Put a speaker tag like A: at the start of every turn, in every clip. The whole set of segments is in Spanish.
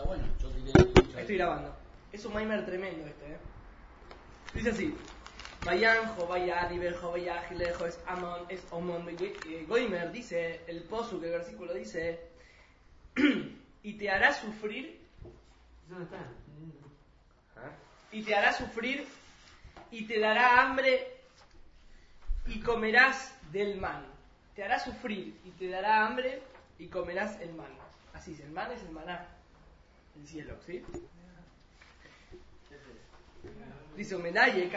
A: bueno, yo diré.
B: Estoy grabando. Es un maimer tremendo este, Dice así: Vayan, Jovaya, River, Jovaya, Gilejo, es Amon, es Omon, Goimer, dice el Posuk, el versículo dice: y te hará sufrir. ¿Dónde está? Y te hará sufrir, y te dará hambre, y comerás del man. Te hará sufrir, y te dará hambre, y comerás el man. Así es, el man es el maná, el cielo, ¿sí? Dice Omedaye,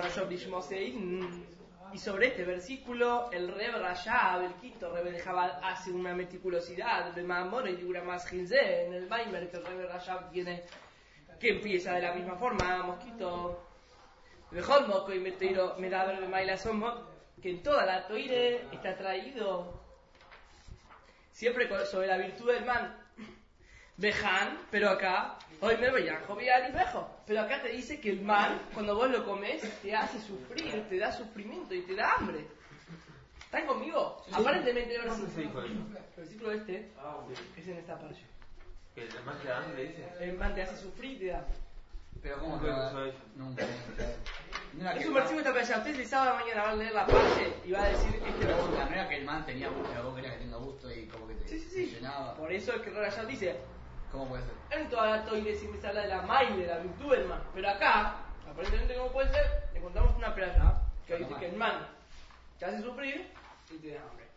B: y sobre este versículo el Reb Rashab, el quinto Reb de Jabal, hace una meticulosidad de Mamor y dura más Gilze en el Maimer que el Reb Rashab tiene, que empieza de la misma forma, mosquito mejor moco y meteiro me da ver maila somos, que en toda la toire está traído siempre sobre la virtud del man. Vejan, pero acá, hoy me veían, jovial y vejo. Pero acá te dice que el man, cuando vos lo comes, te hace sufrir, te da sufrimiento y te da hambre. ¿Están conmigo? Sí. Aparentemente, el versículo este es en esta parte.
C: ¿Que el man te da hambre, dice?
B: El man te hace sufrir y te da hambre.
A: Pero ¿cómo que nunca?
B: Es un versículo esta playa. Usted el sábado mañana va a leer la parte y va a decir este versículo.
A: No era que el man tenía gusto, pero vos querías que tenga gusto y como que te llenaba.
B: Por eso es que Rashab dice.
A: ¿Cómo puede ser?
B: En toda la toire siempre se habla de la mail, de la virtud del man. Pero acá, aparentemente como puede ser, encontramos una playa que dice que el man te hace sufrir y te da hambre.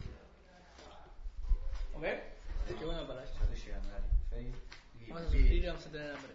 B: ¿Ok?
D: Qué bueno para allá.
A: Ya estoy llegando, dale.
D: Vamos a sufrir y vamos a tener hambre.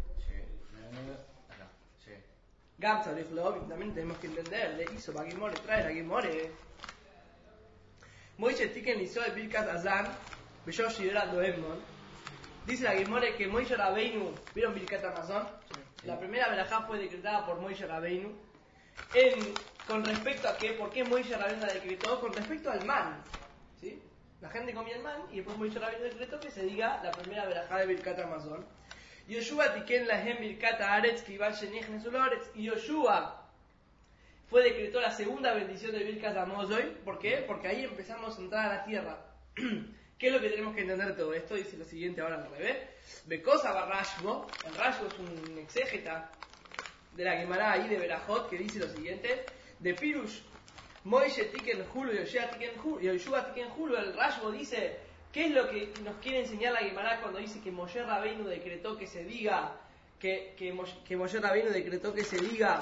A: Acá, sí.
B: Gamsa, también tenemos que entender, le hizo Bagimore, trae la Gimore. Moishe Tiken hizo el Birkat Azan, Beshosh Yidrado Emmon. Dice la Gimore que Moishe Rabbeinu, ¿vieron Birkat Amazon? Sí. La primera verajá fue decretada por Moishe Rabbeinu. Con respecto a qué, ¿por qué Moishe Rabbeinu la decretó? Con respecto al man, ¿sí? La gente comía el man y después Moishe Rabbeinu decretó que se diga la primera verajá de Birkat Amazon. Yoshua tiken lahem birkat haaretz ki iban shenich nesuloretz. Y Yoshua decretó la segunda bendición de Birkat Amazon. ¿Por qué? Porque ahí empezamos a entrar a la tierra. ¿Qué es lo que tenemos que entender de todo esto? Dice lo siguiente ahora al revés. Bekosa barrashbo. El Rashbo es un exégeta de la Gemara ahí de Berajot que dice lo siguiente. De Pirush Moishe tiken hulu y Yoshua tiken hulu. El Rashbo dice: ¿qué es lo que nos quiere enseñar la Gemara cuando dice que Moshe Rabbeinu decretó que se diga que Moshe Rabbeinu decretó que se diga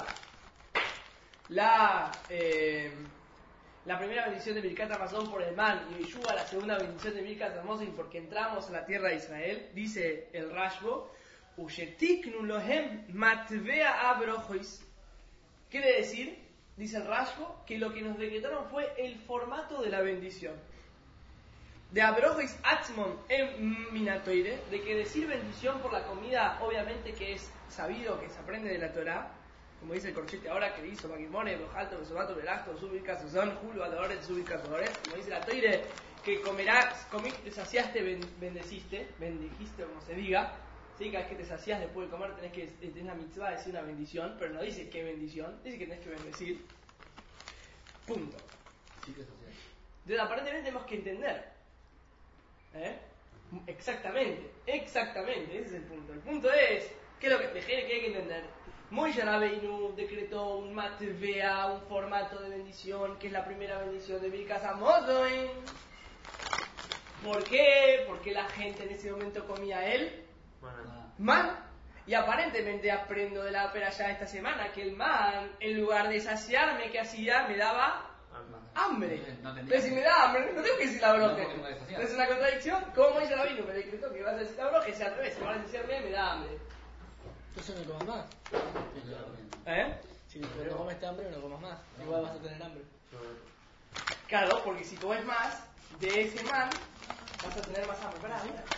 B: la primera bendición de Birkat Amazon por el man y Yeshua la segunda bendición de Birkat Amazon porque entramos a la tierra de Israel? Dice el Rashbo: Ushetiknu lohem matvea abrojois. Quiere decir, dice el Rashbo, que lo que nos decretaron fue el formato de la bendición. De Abrojois Atzmon en Minatoire, de que decir bendición por la comida, obviamente que es sabido, que se aprende de la Torah, como dice el corchete ahora que le hizo Bagimone, Bojalto, Besobato, Belacto, Subirka, Susón, Julio, Adores, Subirka, Adores, como dice la Toire, que comerás, comiste, saciaste, bendijiste, como se diga, ¿sí? Cada vez que te sacias después de comer tenés la mitzvah de decir una bendición, pero no dice qué bendición, dice que tenés que bendecir. Punto.
A: Sí que es así.
B: Entonces aparentemente tenemos que entender. Exactamente, ese es el punto. El punto es, ¿qué es lo que hay que entender? Moishe Rabbeinu decretó un matvea, un formato de bendición, que es la primera bendición de Birkat Amazon. ¿Por qué? Porque la gente en ese momento comía man. Y aparentemente aprendo de la perashá esta semana que el man, en lugar de saciarme, ¿qué hacía? Me daba hambre. Entonces si me da hambre, no tengo que decir la broje. ¿Es una contradicción? ¿Cómo dice Rabino? Me decretó que vas a decir la broje, sea al revés. Si me vas a saciarme, me da hambre.
D: Entonces no comas más. Si no comes hambre, no comas más. Igual vas a tener hambre.
B: Claro, porque si comes más de ese man, vas a tener más hambre. Pará, mira.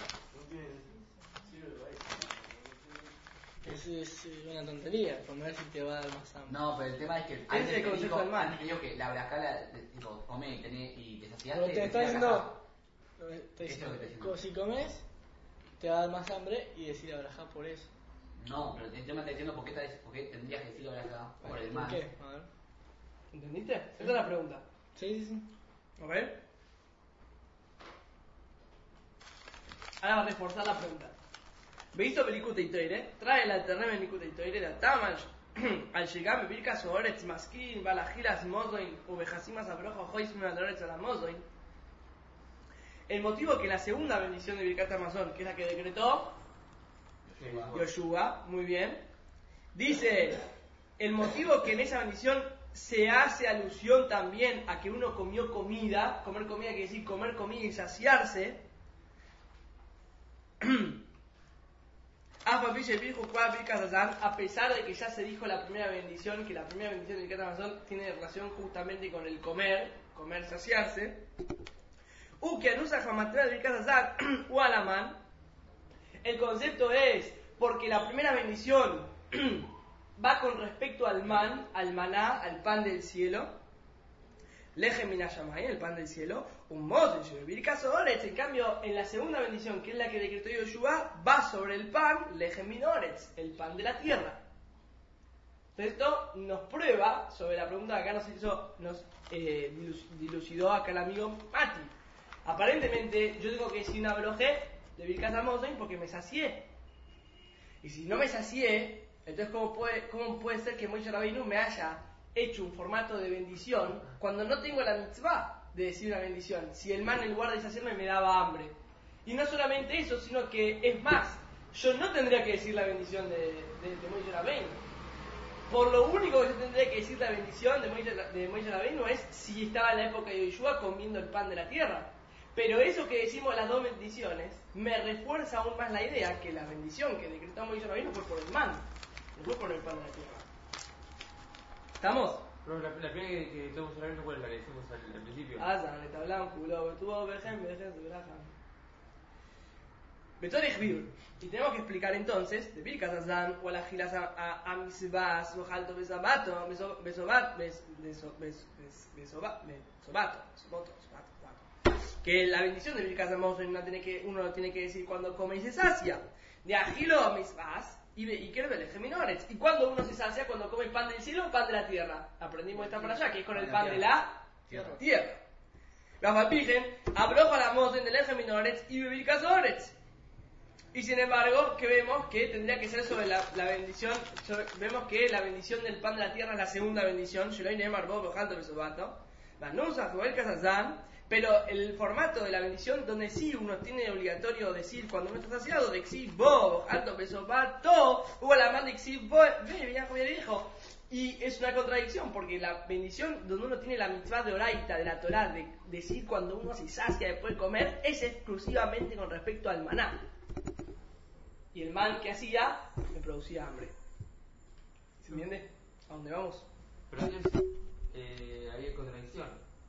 D: Es una tontería, comer si te va a dar más hambre.
A: No, pero el tema es que
B: ese es el concepto del mal.
A: Digo que la bracala, tipo, come y te saciaste.
D: Pero te está diciendo, si comes, te va a dar más hambre y decir abrajá por eso.
A: No, pero el tema está diciendo por qué tendrías que decir abrajá por el mal.
D: ¿Por qué? A ver.
B: ¿Entendiste? Esa es la pregunta.
D: Sí.
B: A ver. Ahora va a reforzar la pregunta. Visto Belikutei Toire, trae el alternative Belikutei Toire de Atamash, al llegar Birkas Oretz Maskin, Balajilas Mozoin, Ubejasimas Abrojo, Jois Munatoretz a la Mozoin. El motivo que la segunda bendición de Birkat Amazon, que es la que decretó Yoshua, muy bien, dice, el motivo que en esa bendición se hace alusión también a que uno comió comida, comer comida quiere decir comer comida y saciarse, a pesar de que ya se dijo la primera bendición, que la primera bendición de Birkat Amazon tiene relación justamente con el comer, saciarse, el concepto es porque la primera bendición va con respecto al maná, al pan del cielo, Lejem minashamay, el pan del cielo, un mozo, en cambio, en la segunda bendición, que es la que decretó Yoshua, va sobre el pan, Lejem minoretz, el pan de la tierra. Entonces esto nos prueba sobre la pregunta que acá nos dilucidó acá el amigo Mati. Aparentemente, yo tengo que decir una brojé de Birkat Hamazon porque me sacié. Y si no me sacié, entonces ¿cómo puede ser que Moisés Rabbeinu me haya hecho un formato de bendición cuando no tengo la mitzvah de decir una bendición? Si el man en lugar de saciarme me daba hambre. Y no solamente eso, sino que es más, yo no tendría que decir la bendición de Moisés Rabbeinu. Por lo único que yo tendría que decir la bendición de Moisés Rabbeinu es si estaba en la época de Yoshua comiendo el pan de la tierra. Pero eso que decimos las dos bendiciones me refuerza aún más la idea que la bendición que decretó Moisés Rabbeinu fue por el man, no fue por el pan de la tierra. ¿Estamos?
C: Pero la primera que estamos hablando, ¿cuál es la que decimos al principio?
B: Azan, etablán, culo, tuvo vejen, su braja. Y tenemos que explicar entonces, de Birkas Azan, o la gilas a misbas, o jalto besabato, que la bendición de Birkas Azan uno lo tiene que decir cuando come y se sacia. De agilo misbas, y quiero ver minores. Y cuando uno se sacia, cuando come pan del cielo o pan de la tierra. Aprendimos esta para allá, que es con el pan de la tierra. Gafapigen, abroja la mozen del eje minores y Birkas Oretz. Y sin embargo, que vemos que tendría que ser sobre la bendición, vemos que la bendición del pan de la tierra es la segunda bendición, pero el formato de la bendición donde sí uno tiene obligatorio decir cuando uno está saciado, de exib bo, alto besobato, hubo la man de exib bo, viejo. Y es una contradicción, porque la bendición donde uno tiene la mitzvah de oraita, de la Torah, de decir cuando uno se sacia después de comer, es exclusivamente con respecto al maná. Y el mal que hacía me producía hambre. ¿Se entiende? ¿A dónde vamos?
C: Pero entonces, había contradicción.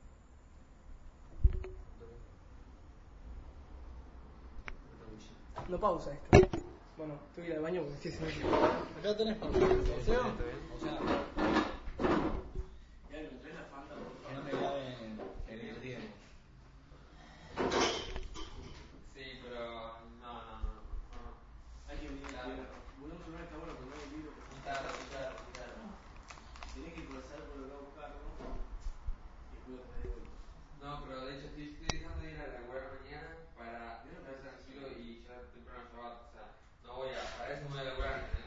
B: No pausa esto. Bueno, estoy ir al baño porque estoy haciendo.
D: Acá tenés para
C: ¿Está
D: el
C: bien?
D: o sea, que no me graben el tiempo.
C: Sí, pero no.
A: Hay que venir a ver. Bueno, no está bueno porque no hay un libro que claro. Tenés que pasar por acá a buscarlo y después lo traes de vuelta.
C: No, pero de hecho estoy dejando de ir a la guardia mañana para estar tranquilo y ya temprano Shabbat. O sea, no voy a. Para eso me voy a laburar, ¿entendés?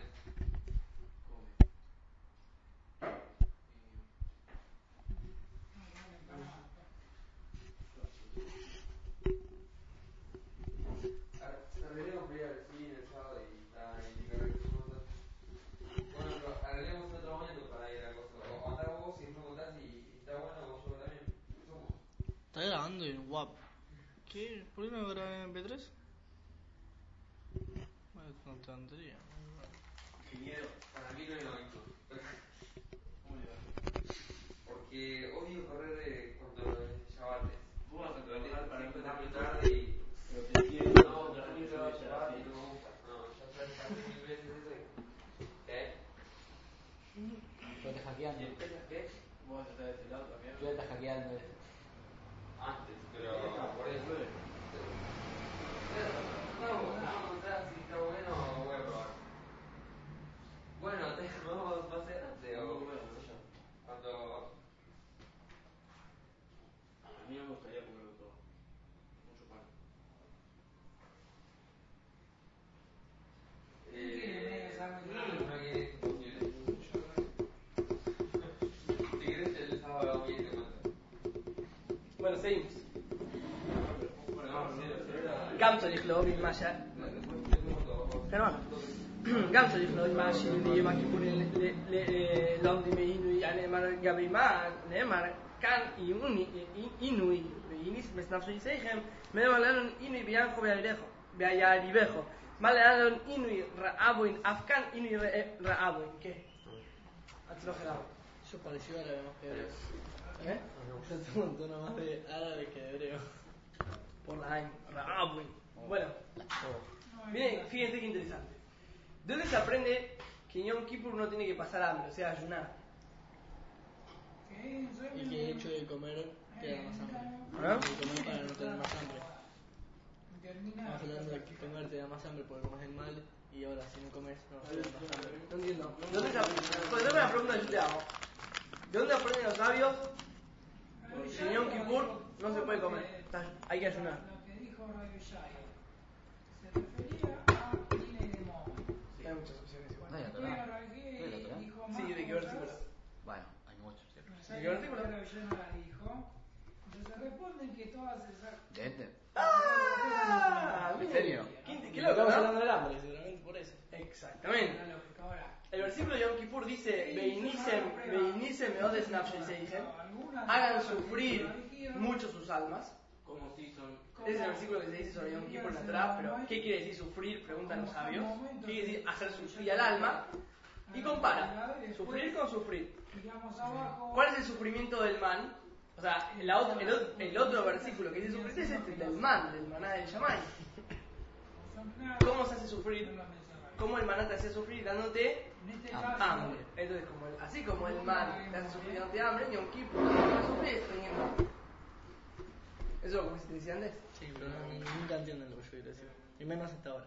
C: Arreglemos para ir al cine el sábado y está ahí cosas. Bueno, pero arreglemos en otro momento para ir a cosas. O andá vos y me contás y está bueno o yo también. Somos.
D: ¿Está grabando en WAP? ¿Qué? ¿Por qué no grabé en MP3? Bueno, no tendría.
A: Ingeniero.
C: Para mí no es lo mismo.
A: ¿Cómo le va?
C: Porque odio correr cuando Shabbat.
A: Vos vas a
C: Pero
A: trabajar para
C: siempre
A: empezar
C: tarde tarde y.
A: pero te quiero
C: No,
A: otra
C: para mí
A: vez
C: no
A: ya
C: Shabbat
A: así.
C: y no me gusta. No, ya sabes mil veces eso. ¿Qué?
A: Yo te hackeando.
C: ¿Qué?
A: Vos vas a estar de ese lado también.
B: Yo te hackeando.
C: Antes, pero por eso. No, si está bueno, voy a probar. Bueno, vamos a hacer antes o cuando.
A: A mí no me gustaría comerlo todo. Mucho pan.
B: צריך לו ממה ש... גם צריך לו ממה שיום הכיפורים לומדים עינוי הנאמר גבי מה נאמר כאן עינוי ואיניס נפשיכם נאמר לנו עינוי ביערכו ביעריבכו מה לנו עינוי רעבוין אף כאן עינוי רעבוין ¿qué? הצלוח רעב
D: Eso pareció árabe más que hebreo. Yo tengo un tono más de árabe que de hebreo.
B: por la ain ra'abun. Bueno, miren, fíjense qué interesante. ¿De dónde se aprende que en Yom Kippur uno tiene que pasar hambre, o sea, ayunar?
D: Y que el hecho de comer te da más hambre.
B: ¿Ah?
D: De comer para no tener más hambre. Estamos hablando de que comer te da más hambre porque comes el mal y ahora si no comes no te da más hambre.
B: No entiendo. ¿De dónde se aprende? Pues dame la pregunta que yo te hago. ¿De dónde aprenden los sabios que en Yom Kippur no se puede comer? Hay que ayunar.
E: Lo que dijo Rabbi Shaya se refería a Dine de Moa.
B: Hay muchas opciones igual.
A: No hay
E: Después
A: Torá.
E: Rabbi
A: ¿No hay Torá?
E: dijo
B: Sí, ¿de qué versículo?
A: Bueno, hay muchos. ¿sí?
B: ¿De qué versículo?
E: Rabbi Shaya no la dijo. Entonces responden que todas esas...
A: ¿De este?
B: ¡Ah!
A: ¿En serio?
B: Qué loco,
D: Estamos
B: ¿no?
D: hablando del hambre, seguramente por eso.
B: Exactamente.
E: La lógica. Ahora,
B: El versículo de Yom Kippur dice: Beinisem meodes nafsheiseichem, hagan sufrir mucho sus almas. Ese es el versículo que se dice sobre Yom Kippur en la Torá, pero ¿qué quiere decir sufrir? Preguntan los sabios. ¿Qué quiere decir hacer sufrir al alma? Y compara sufrir con sufrir.
E: digamos abajo...
B: ¿Cuál es el sufrimiento del man? O sea, el otro versículo que dice sufrir es este, del man, del maná del Shammai. ¿Cómo se hace sufrir? ¿Cómo el maná te hace sufrir? Dándote hambre. Entonces, así como el man te hace sufrir dándote hambre, Yom Kippur te hace sufrir teniendo hambre. ¿Eso es lo que te decía antes?
D: Sí, pero nunca entienden lo que yo quiero decir. Y menos hasta ahora.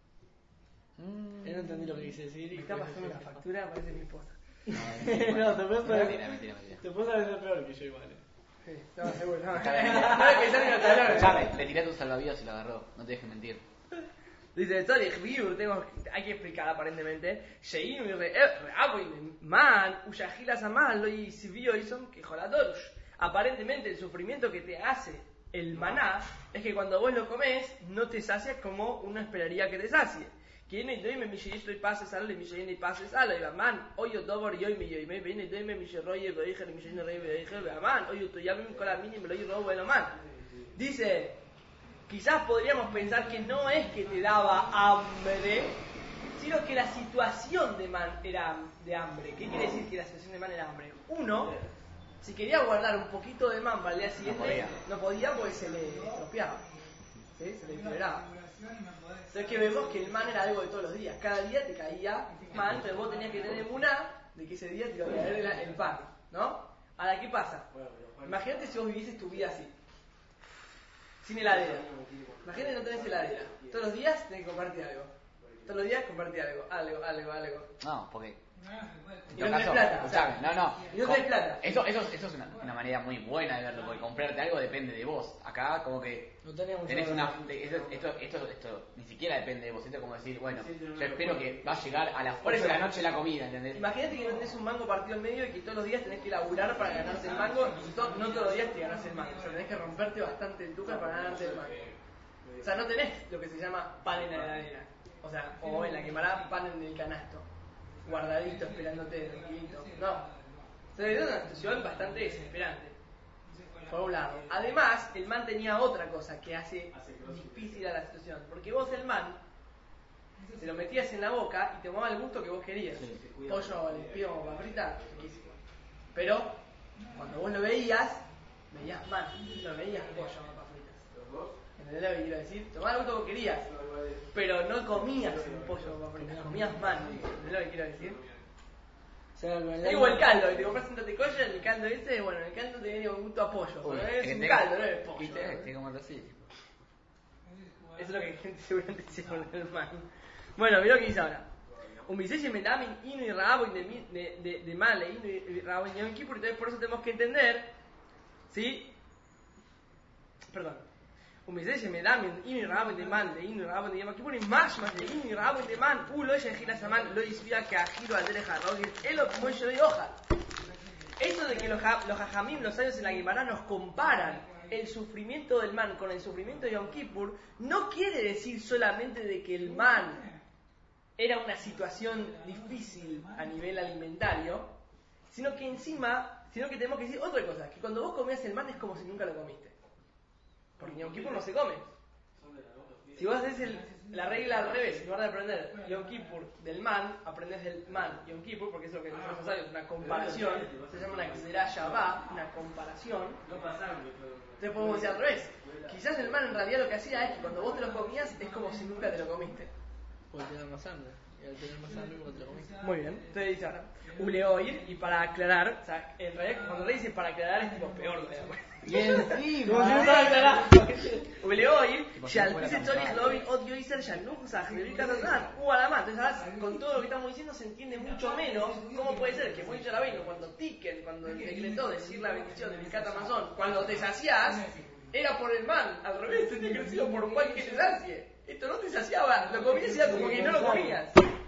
D: Yo no entendí lo que quise decir.
B: Me
D: Y
B: está
D: por eso
B: pasando la
D: dije,
B: factura, parece mi esposa.
D: No, te puedes
A: Mentira.
D: Te puedes parecer peor que yo igual.
B: Sí, estaba seguro. No, no hay que pensar ni lo que hablar.
A: Escuchame, le tiré tu salvavidas y lo agarró. No te dejes mentir.
B: Dice, hay que explicar aparentemente. Sheim re'avoin man ushahilas amal lo yisivio ison que joladorush. Aparentemente el sufrimiento que te hace el maná es que cuando vos lo comés no te sacias como uno esperaría que te sacie. Viene y doyme mi estoy pases algo y mi y pases algo y man hoy yo dobor y hoy me viene y doyme mi roye y dije mi rey y dije man hoy yo ya con la mini me lo robo el man. Dice, quizás podríamos pensar que no es que te daba hambre, sino que la situación de man era de hambre. ¿Qué quiere decir que la situación de man era hambre? Uno, si quería guardar un poquito de man para el día siguiente, no podía porque se le estropeaba, ¿sí? Se le deterioraba. Entonces que vemos que el man era algo de todos los días. Cada día te caía man, pero vos tenías que tener una de que ese día te iba a caer el pan, ¿no? Ahora, ¿qué pasa? Imagínate si vos vivieses tu vida así, sin heladera. Imagínate que no tenés heladera. Todos los días tenés que compartir algo. Todos los días compartir algo.
A: No, porque...
B: Y no tenés plata.
A: Escuchame, no.
B: Y no tenés plata.
A: Eso es una manera muy buena de verlo, porque comprarte algo depende de vos. Acá como que
D: No teníamos
A: tenés esto ni siquiera depende de vos. Esto es como decir, bueno, yo espero que va a llegar a las 8 de la noche la comida, ¿entendés?
B: Imagínate que no tenés un mango partido en medio y que todos los días tenés que laburar para ganarse el mango y no todos los días te ganás el mango. O sea, tenés que romperte bastante el tuca para ganarte el mango. O sea, no tenés lo que se llama pan en la heladera. O sea, o en la quemará pan en el canasto. Guardadito, esperándote, tranquilito. No. Se ve una situación bastante desesperante. Por un lado. Además, el man tenía otra cosa que hace difícil a la situación. Porque vos el man te lo metías en la boca y te tomaba el gusto que vos querías. Pollo al espío o paprita, riquísimo. Pero, cuando vos lo veías man, no veías pollo o papritas. ¿Entendés lo que quiero decir? Tomaba el gusto que vos querías. Pero no comías el pollo o papritas, comías man. ¿Entendés lo que quiero decir?
D: O sea, con
B: Es igual el caldo, que te compras un tatecoya, el caldo ese, bueno, el caldo te viene con gusto a pollo.
A: Uy,
B: Pero es
A: que
B: un
A: tenga-
B: caldo, no es pollo.
A: Y tenés que comerlo así.
B: Eso es lo que la gente seguramente se pone el man. Bueno, mirá lo que dice ahora. Un biseye medamin inu y raabo de male, inu y raabo y Yom Kippur, entonces por eso tenemos que entender, ¿sí? Perdón. Un biseye medamin inu y raabo de male, inu y raabo de Yom Kippur, y más de inu y raabo de man, lo yejila saman, lo yisvia que agiro al derecha rogir, elo como yo doy hoja. Eso de que los hajamim, los sabios en la Guimara nos comparan el sufrimiento del man con el sufrimiento de Yom Kippur no quiere decir solamente de que el man era una situación difícil a nivel alimentario, sino que tenemos que decir otra cosa, que cuando vos comés el man es como si nunca lo comiste. Porque en Yom Kippur no se come. Si vos haces la regla al revés, en lugar de aprender Yom Kippur del man, aprendes del man Yom Kippur, porque es lo que nosotros necesario, es una comparación, se llama una Gzerá Shavá, una comparación. Entonces podemos decir al revés. Quizás el man en realidad lo que hacía es que cuando vos te lo comías es como si nunca te lo comiste.
D: Porque te da más hambre. Y al tener más hambre, nunca te lo comiste.
B: Muy bien. Entonces dice ahora, Uleoir, y para aclarar, o sea, en realidad cuando le dice para aclarar es tipo peor,
A: Y encima.
B: como si no estaba aclarado. Uleoir, Shal Pise Tzorich Lovin Od Yoiser Shanuk Zah Levirkat Hazan Ualama. Entonces ahora con todo lo que estamos diciendo se entiende mucho menos cómo puede ser que Moishe Rabbeinu cuando decretó decir la bendición de Birkat Hamazon, cuando te saciás, era por el man, al revés, tenía que decirlo por un man que te sacie. Esto no te saciaba, lo comías y era como que no lo comías.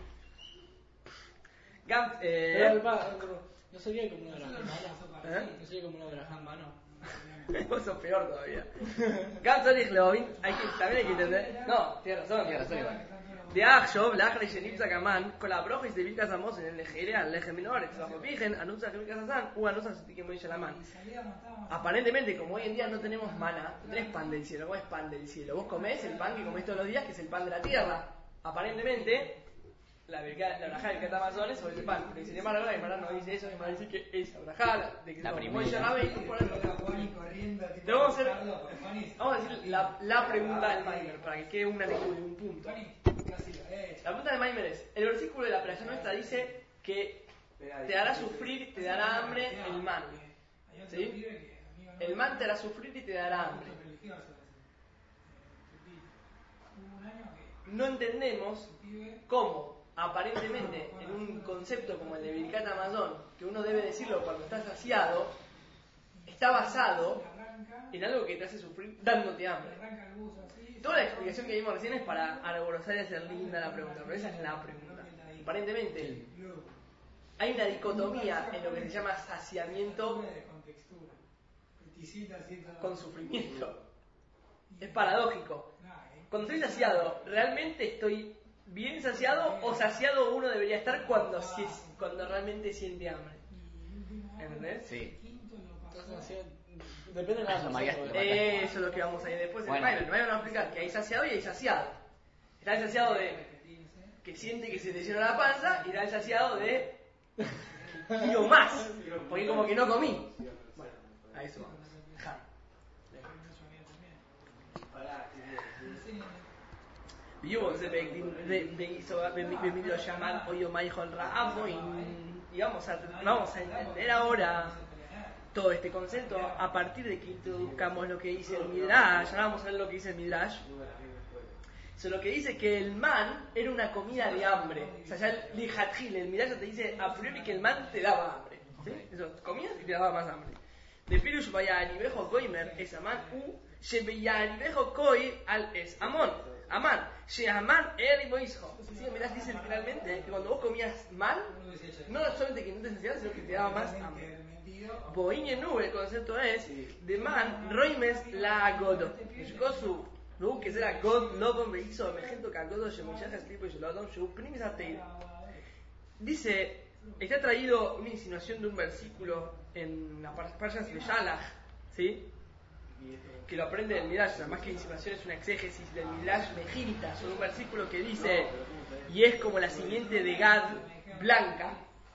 D: No sería como una verajá en mano. No sería como una verajá en mano.
B: Vos sos peor todavía. Gam Tzorich Leovin, también hay que entender. No, tienes razón igual. De Achshov, la Achra y Shenipza Kaman, con la broja y se Birkas Amos en el Lejerea, el Leje Menor, el Zajo Pijen, anuncia que Birkas Hazan, u anuncia que Moishe Shalaman. Aparentemente, como hoy en día no tenemos mana, no tenés pan del cielo, ¿cómo es pan del cielo? Vos comés el pan que comés todos los días, que es el pan de la tierra. Aparentemente, la brajá del Birkat Hamazon es sobre el pan. Pero sin embargo, la Gemara no dice eso, la Gemara dice que esa brajá de que
A: la
B: Moishe Rabbeinu por eso. Vamos a decir la pregunta del Maimer, para que quede una lectura, un punto. La pregunta del Maimer es, el versículo de la playa nuestra dice que te hará sufrir, te dará hambre el man. ¿Sí? El man te hará sufrir y te dará hambre. No entendemos cómo, aparentemente, en un concepto como el de Birkat Hamazon, que uno debe decirlo cuando está saciado, está basado en algo que te hace sufrir dándote hambre. Toda la explicación que vimos recién es para alborozar y hacer linda la pregunta, pero esa es la pregunta. Aparentemente, hay una dicotomía en lo que se llama saciamiento con sufrimiento. Es paradójico. Cuando estoy saciado, ¿realmente estoy bien saciado o saciado uno debería estar cuando realmente siente hambre? ¿Entendés?
A: Sí.
D: Depende de la persona.
B: Eso es lo que vamos a ir después.
A: Bueno.
B: El Maimer va a explicar que hay saciado y hay saciado. Está el saciado de que siente que se te llenó la panza y está el saciado de quiero más, porque como que no comí. Bueno, a eso vamos. Venido a llamar hoy Omaijo Raabo y vamos a entender ahora todo este concepto a partir de que introduzcamos lo que dice el Midrash. Ahora vamos a ver lo que dice el Midrash. Lo que dice que el man era una comida de hambre. O sea, ya el Midrash te dice a priori que el man te daba hambre. ¿Sí? Eso, comías y te daba más hambre. De Pirush vaya Anibejo Koimer es Amán u Shebeya Anibejo Koi al es Amón. Amán, Sheaman er Moisho. ¿Sí? El Midrash dice literalmente que cuando vos comías mal, no solamente que no te saciabas, sino que te daba más hambre. Boiñe nube, el concepto es de man roimes la godo. Shikosu no que será god lodon me hizo emergento que godo shemuchas tipo y lodon shu primis ateira. Dice, está traído una insinuación de un versículo en la Parshas de Shalach, ¿sí? Que lo aprende del Midrash, además que insinuación es una exégesis del Midrash Mejilta, sobre un versículo que dice y es como la simiente de Gad blanca.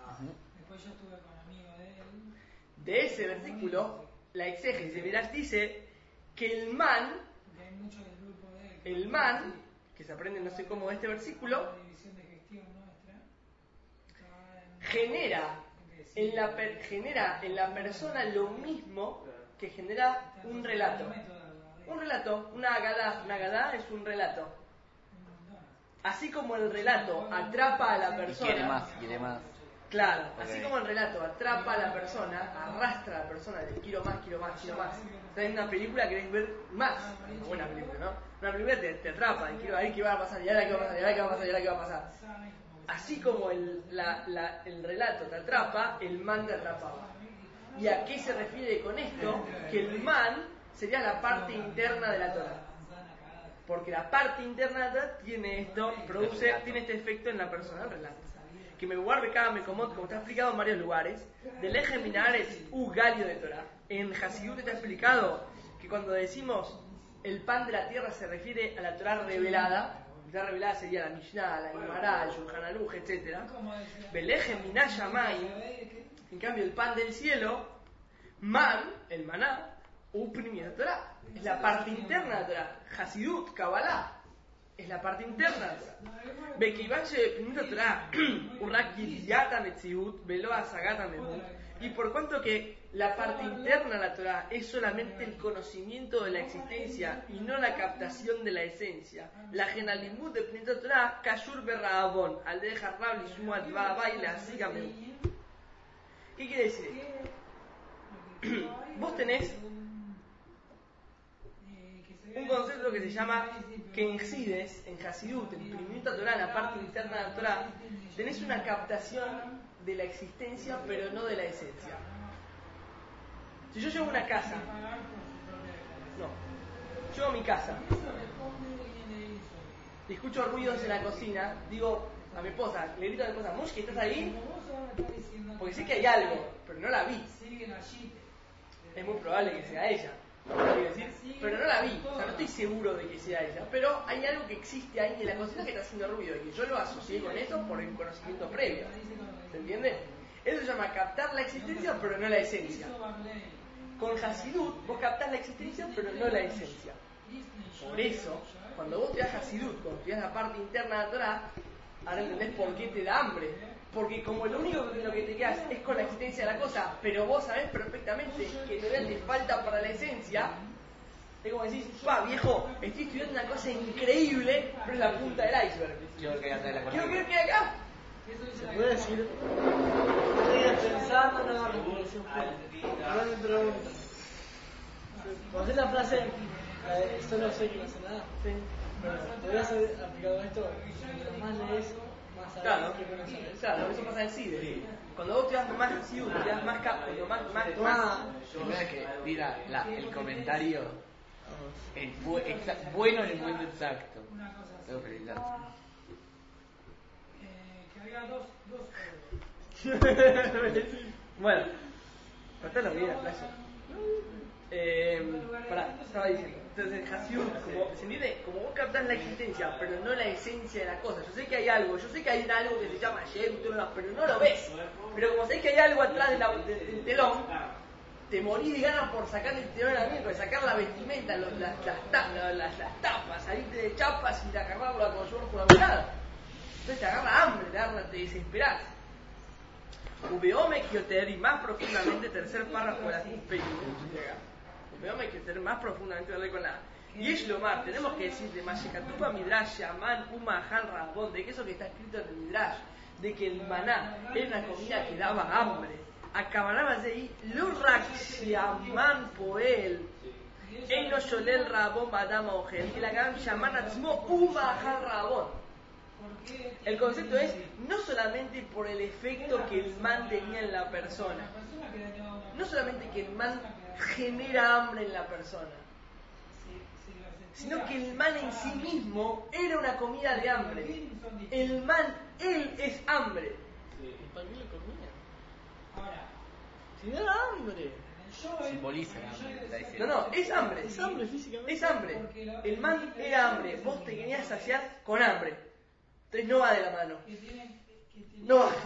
B: De ese versículo, la exégesis de Midrash dice que el man, que se aprende no sé cómo de este versículo, genera en la persona lo mismo que genera un relato. Una agadá es un relato. Así como el relato atrapa a la persona.
A: Quiere más.
B: Claro, así como el relato atrapa a la persona, arrastra a la persona de quiero más. Está en una película que querés ver más. Una buena película, ¿no? Una película te atrapa, y quiero ver qué va a pasar, y ahora qué va a pasar. Así como el relato te atrapa, el man te atrapaba. ¿Y a qué se refiere con esto? Que el man sería la parte interna de la Torah. Porque la parte interna de la Torah tiene este efecto en la persona del relato. Que me guarde cada mecomot, como está explicado en varios lugares, del eje minares galio de Torah. En Hasidut está explicado que cuando decimos el pan de la tierra se refiere a la Torah revelada. La Torah revelada sería la Mishnah, la Gemara, el Shulchan Aruch, etc. Del eje minashamay, en cambio el pan del cielo, man, el maná, uprimir la Torah, es la parte interna de la Torah. Hasidut, Kabbalah, es la parte interna de la Torah. Y por cuanto que la parte interna de la Torah es solamente el conocimiento de la existencia y no la captación de la esencia, la genalimut de Pnita Torah, Kashur Berraabon, al de Jarrab, Lishmuat, Baila, Sígame. ¿Qué quiere decir? Vos tenés un concepto que se llama que incides en Hasidut, en Pnita Torah, en la parte interna de la Torah, tenés una captación de la existencia pero no de la esencia. Si yo llego a una casa, llego a mi casa y escucho ruidos en la cocina, digo a mi esposa, le grito a mi esposa, Mushki, ¿estás ahí? Porque sé que hay algo, pero no la vi. Es muy probable que sea ella, pero no la vi, o sea, no estoy seguro de que sea ella, pero hay algo que existe ahí en la cocina que está haciendo ruido y que yo lo asocié con esto por el conocimiento previo. ¿Se entiende? Eso se llama captar la existencia pero no la esencia. Con Hasidut vos captás la existencia pero no la esencia. Por eso, cuando vos te das Hasidut, cuando te das la parte interna de la Torah, ahora entendés por qué te da hambre. Porque como lo único que lo que te quedas es con la existencia de la cosa, pero vos sabés perfectamente que todavía te falta para la esencia, es como decís, viejo, estoy estudiando una cosa increíble, pero es la punta del iceberg.
A: Quiero que acá.
B: Quiero que acá.
D: ¿Se puede decir? Estoy pensando, no hago reflexión fuera. Ahora me pregunto. ¿Conocés la frase, solo sé que no sé nada?
B: Sí.
D: Bueno, ¿podrías haber aplicado esto? Mientras más lees, más sabes que no sabes.
B: Claro, eso pasa en CIDE. Cuando vos te das más Hasidut, te das más cap, más
A: Primero que diga el comentario bueno en el momento exacto. Debo felicitarte.
E: Que había dos
B: Bueno, cortalo bien, plazo. Estaba diciendo. Entonces, Hasidut, como se entiende, como vos captás la existencia, pero no la esencia de la cosa. Yo sé que hay algo, yo sé que hay algo que se llama Shem, pero no lo ves. Pero como sabés que hay algo atrás del telón, te morís de ganas por sacar el telón a la miércoles, sacar la vestimenta, las tapas, salirte de chapas y agarrarla como si fuera una mirada. Entonces te agarra hambre, te desesperás. Ubeome Kioter, y más profundamente, tercer párrafo de la Peyu. Ubeome Kioter, más profundamente, darle con la. Y es lo más, tenemos que decir de Mashekatupa Midrash, Yaman, Uma, Han, Rabón, de que eso que está escrito en el Midrash, de que el maná era una comida que daba hambre. Acabará de ahí, Lurak Yaman Poel, Eino Sholel Rabón Badama Ogel, y la Gam Yaman Atzmo, Uma, Han, Rabón. El concepto es no solamente por el efecto que el man tenía en la persona, no solamente que el man genera hambre en la persona, sino que el man en sí mismo era una comida de hambre. El man, él es hambre.
D: ¿Para qué lo comía? Si no era hambre.
A: Simboliza la hambre.
B: No, es hambre.
D: Es hambre físicamente.
B: Es hambre. El man era hambre. Vos te querías saciar con hambre. Entonces no va de la mano. No va.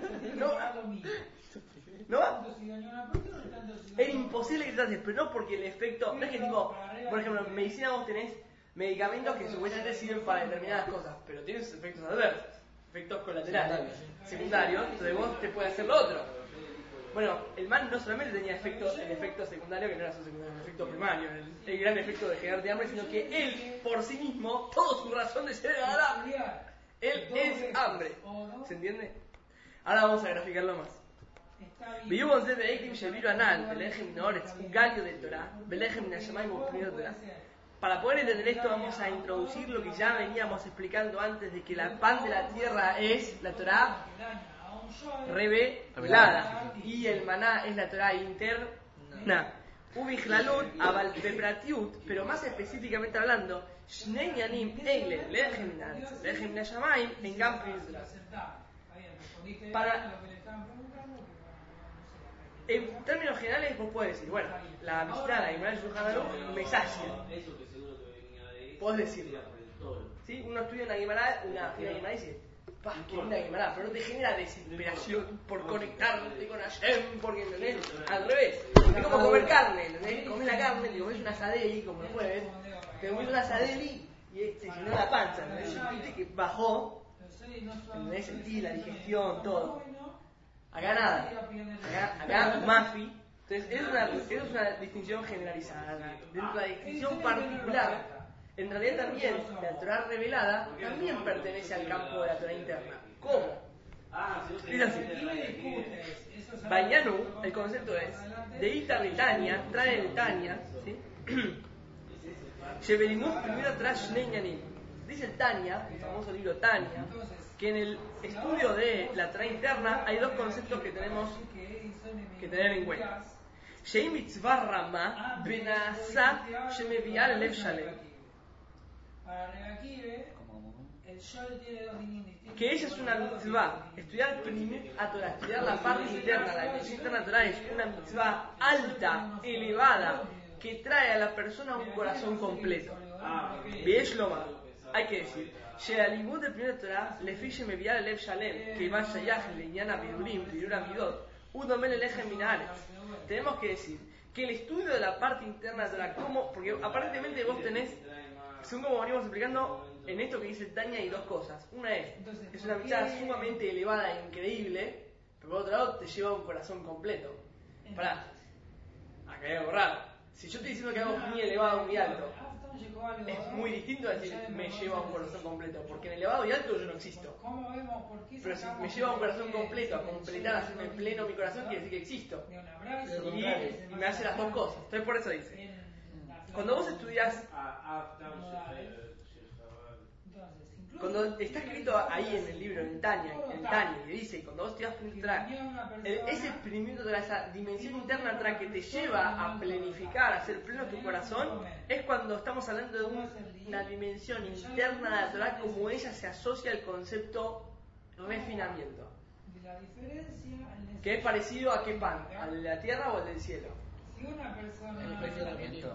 B: No va. Es imposible que te haces, pero no porque el efecto. No es que tipo, por ejemplo, en medicina vos tenés medicamentos que supuestamente sirven para determinadas cosas, pero tienes efectos adversos, efectos colaterales, secundarios, entonces vos te puede hacer lo otro. Bueno, el man no solamente tenía el efecto secundario, que no era su secundario, el efecto primario, el gran efecto de generarte hambre, sino que él, por sí mismo, toda su razón de ser era hambre. Él es hambre. ¿Se entiende? Ahora vamos a graficarlo más. Vivimos de Be'ekim Sheviru Anal, Belechem Noretz, un gallo del Torah, Belechem Nashamayim Upniyot Torah. Para poder entender esto vamos a introducir lo que ya veníamos explicando antes de que la pan de la tierra es la Torah revelada y el maná es la Torah interna. Ubichlalut, Abal Bepratiut, pero más específicamente hablando, Shnei Yanim Eile, Lehem Nashamaim, en Gam Peninsula. Para. En términos generales, vos podés decir, bueno, la Mishnah, la Gemara de Shulchan Aruch, me sacia. Podés decirlo. ¿Sí? Uno estudia una Gemara y dice, ¡pah, qué linda Gemara! Pero no te genera desesperación por conectarte con Hashem, porque, ¿entendés? Al revés. Es como comer carne, ¿entendés? Comés la carne, te comés una sadeli, como el jueves, te comés una sadeli y se llenó la panza, ¿entendés? Viste que bajó, ¿entendés? Sentí la digestión, todo. Acá nada. Acá Mafi. Entonces, es una distinción generalizada. Dentro de la distinción particular, en realidad también la Torah revelada también pertenece al campo de la Torah interna. ¿Cómo? Es así. Bayanu, el concepto es, de Ita de Tania, trae de Tania, ¿sí? Shebelimut primero tras Shnei. Dice el Tania, el famoso libro Tania, que en el estudio de la Torah interna hay dos conceptos que tenemos que tener en cuenta. Shei mitzvah rama benasa shemeviah lev shalem. Que ella es una mitzvah. Estudiar Primit a Torah, estudiar la parte interna, la dimensión interna de Torah es una mitzvah alta, elevada, que trae a la persona un corazón completo. Veis Loma, hay que decir, Shealibut de Primit Torah, Lefi Shemeviah lev shalem, que va Shayach leñana vidurim, vidura midot, udomel elejem minales. Tenemos que decir que el estudio de la parte interna de Torah, ¿cómo? Porque aparentemente vos tenés, según como venimos explicando, en esto que dice Tania hay dos cosas. Una es una mitzvah sumamente elevada e increíble, pero por otro lado te lleva a un corazón completo. Pará, acá hay algo raro. Si yo estoy diciendo que algo muy elevado, muy alto, es muy distinto a decir me lleva a un corazón completo, porque en elevado y alto yo no existo. Pero si me lleva a un corazón completo, a completar, a hacerme pleno mi corazón, quiere decir que existo. Y me hace las dos cosas. Entonces por eso dice, cuando vos estudias, cuando está escrito ahí en el libro, en Tania, que dice, cuando vos estudias ese experimento de esa dimensión interna que te lleva a plenificar, a hacer pleno tu corazón, es cuando estamos hablando de una dimensión interna de la Torah, como ella se asocia al concepto refinamiento. Que es parecido a qué pan, al de la tierra o al del cielo.
A: El refinamiento.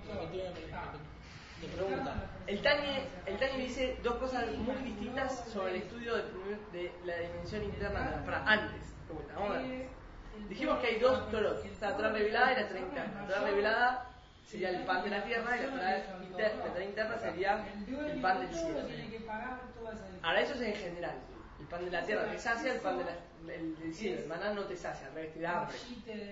B: El Tani dice dos cosas muy distintas sobre el estudio de la dimensión interna de la Torah. Antes, vamos a ver. Dijimos que hay dos Torot, la Torah revelada y la Torah interna. La Torah revelada sería el pan de la tierra y la Torah interna sería el pan del cielo. Ahora eso es en general. El pan de la tierra te sacia, el pan del cielo, el maná no te sacia, al revés, te da hambre.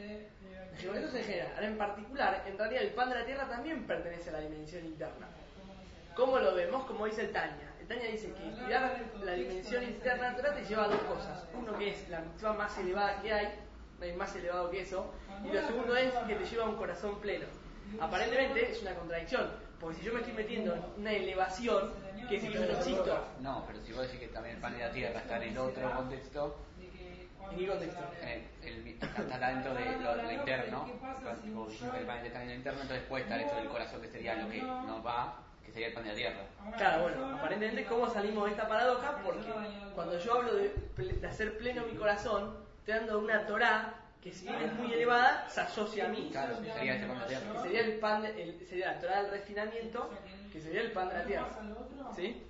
B: Eso es en general. Ahora en particular, en realidad el pan de la tierra también pertenece a la dimensión interna. ¿Cómo lo vemos? Como dice el Tania. El Tania dice que estudiar la dimensión interna de la Torah te lleva a dos cosas. Uno que es la mitzvah más elevada que hay, no hay más elevado que eso. Y lo segundo es que te lleva a un corazón pleno. Aparentemente es una contradicción, porque si yo me estoy metiendo en una elevación, que es que yo no existo.
A: No, pero si vos decís que también el pan de la tierra está en el otro contexto.
B: ¿En qué contexto?
A: Está dentro de lo interno. Cuando dijimos que el pan de la tierra está en lo interno, entonces puede estar esto del corazón, que sería lo que no va, que sería el pan de la tierra.
B: Claro, bueno, aparentemente, ¿cómo salimos de esta paradoja? Porque cuando yo hablo de hacer pleno mi corazón, estoy dando una Torah que, si bien es muy elevada, se asocia a mí.
A: Claro, sería este pan de la tierra.
B: Que sería el pan, sería la Torah del refinamiento, que sería el pan de la tierra. ¿Sí?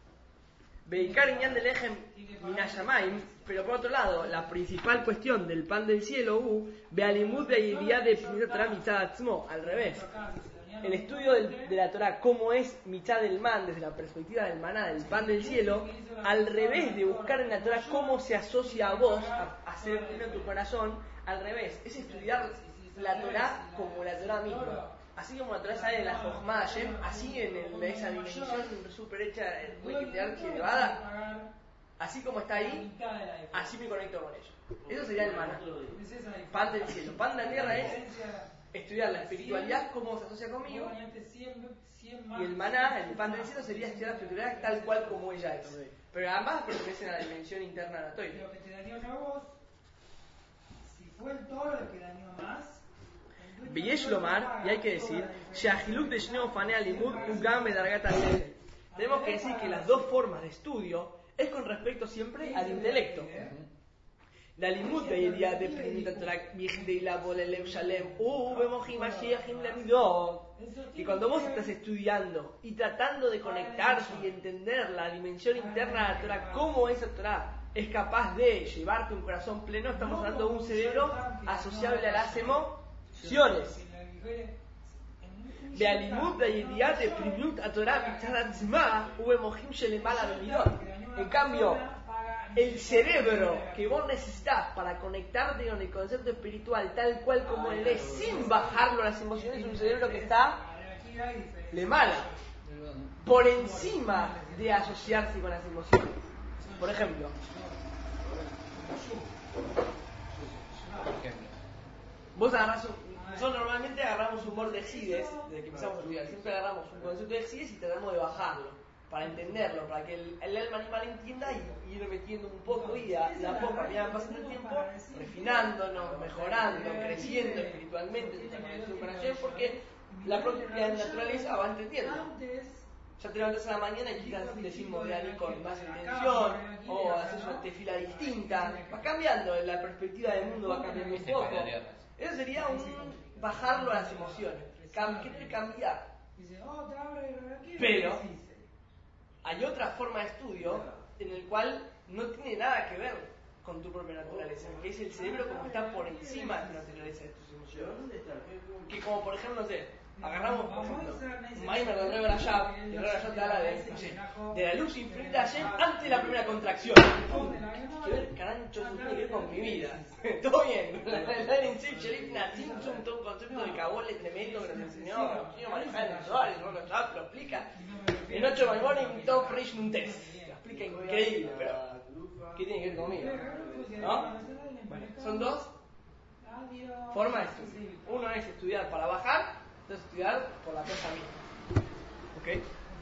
B: Beikar Inyan del Ejem Minashamayim, pero por otro lado, la principal cuestión del pan del cielo, Bealimut Beayediá de Torah Mitzad Atzmo, al revés. El estudio de la Torah, cómo es Mitzad del Man, desde la perspectiva del maná, del pan del cielo, al revés de buscar en la Torah cómo se asocia a vos, a hacer pleno tu corazón, al revés, es estudiar la Torah como la Torah misma. Así como la Torah sale de la Jochma de Hashem, así en esa dimensión super hecha, muy elevada, así como está ahí, así me conecto con ella. Eso sería el maná. Pan del cielo. Pan de la tierra es estudiar la espiritualidad, cómo se asocia conmigo. Y el maná, el pan del cielo, sería estudiar la espiritualidad tal cual como ella es. Pero ambas pertenecen a la dimensión interna de la Torah.
E: Lo que te dañó a vos, si fue el toro el que dañó más,
B: V'yesh lomar, y hay que decir, Shahiluk de Shnei Ofanei Alimud Ugam Bedargat Alel. Tenemos que decir que las dos formas de estudio es con respecto siempre al intelecto. La limud de idea de primitarak de la bolelev shalem bemojim mashiachim lemidot, que cuando vos estás estudiando y tratando de conectarse y entender la dimensión interna de la Torah, cómo esa Torah es capaz de llevarte un corazón pleno, estamos hablando de un cerebro asociable a las emociones. De alimud de idea de primut a Torah mitzadatzma bemojim shelemala lemidot. En cambio, el cerebro que vos necesitas para conectarte con el concepto espiritual tal cual como él es, sin bajarlo a las emociones, es un cerebro que está le mala, por encima de asociarse con las emociones. Por ejemplo, vos agarrás nosotros normalmente agarramos un Bordejides, desde que empezamos a estudiar, siempre agarramos un concepto de Jides y tratamos de bajarlo, para entenderlo, para que el alma animal entienda y ir metiendo un poco y a poco, a medida que pasa el tiempo, refinándonos, mejorando, creciendo espiritualmente en esta conexión con Hashem, porque la propia naturaleza va entendiendo. Ya te levantas a la mañana y quizás decís Modeani con más intención, o haces una tefila distinta, va cambiando, la perspectiva del mundo va cambiando un poco. Eso sería un bajarlo a las emociones, que cambiar. Pero hay otra forma de estudio en el cual no tiene nada que ver con tu propia naturaleza, que es el cerebro como está por encima de la naturaleza de tus emociones. Que como por ejemplo, no sé, agarramos por ejemplo un Maimer del Rey Rayab, el Rey Rayab te habla de la luz infinita de Hashem antes de la primera contracción. ¿Qué ver, carancho, eso tiene que ver con mi vida? Todo bien, todo un concepto de cabole tremendo que nos enseñó, quiero manejar en usuarios, el Rey Rayab lo explica. En 8 Maimonides y Top Rish Nuntes. Lo explica increíble, pero ¿qué tiene que ver conmigo? ¿No? Bueno, son dos formas de estudio. Uno es estudiar para bajar, otro es estudiar por la cosa misma. ¿Ok?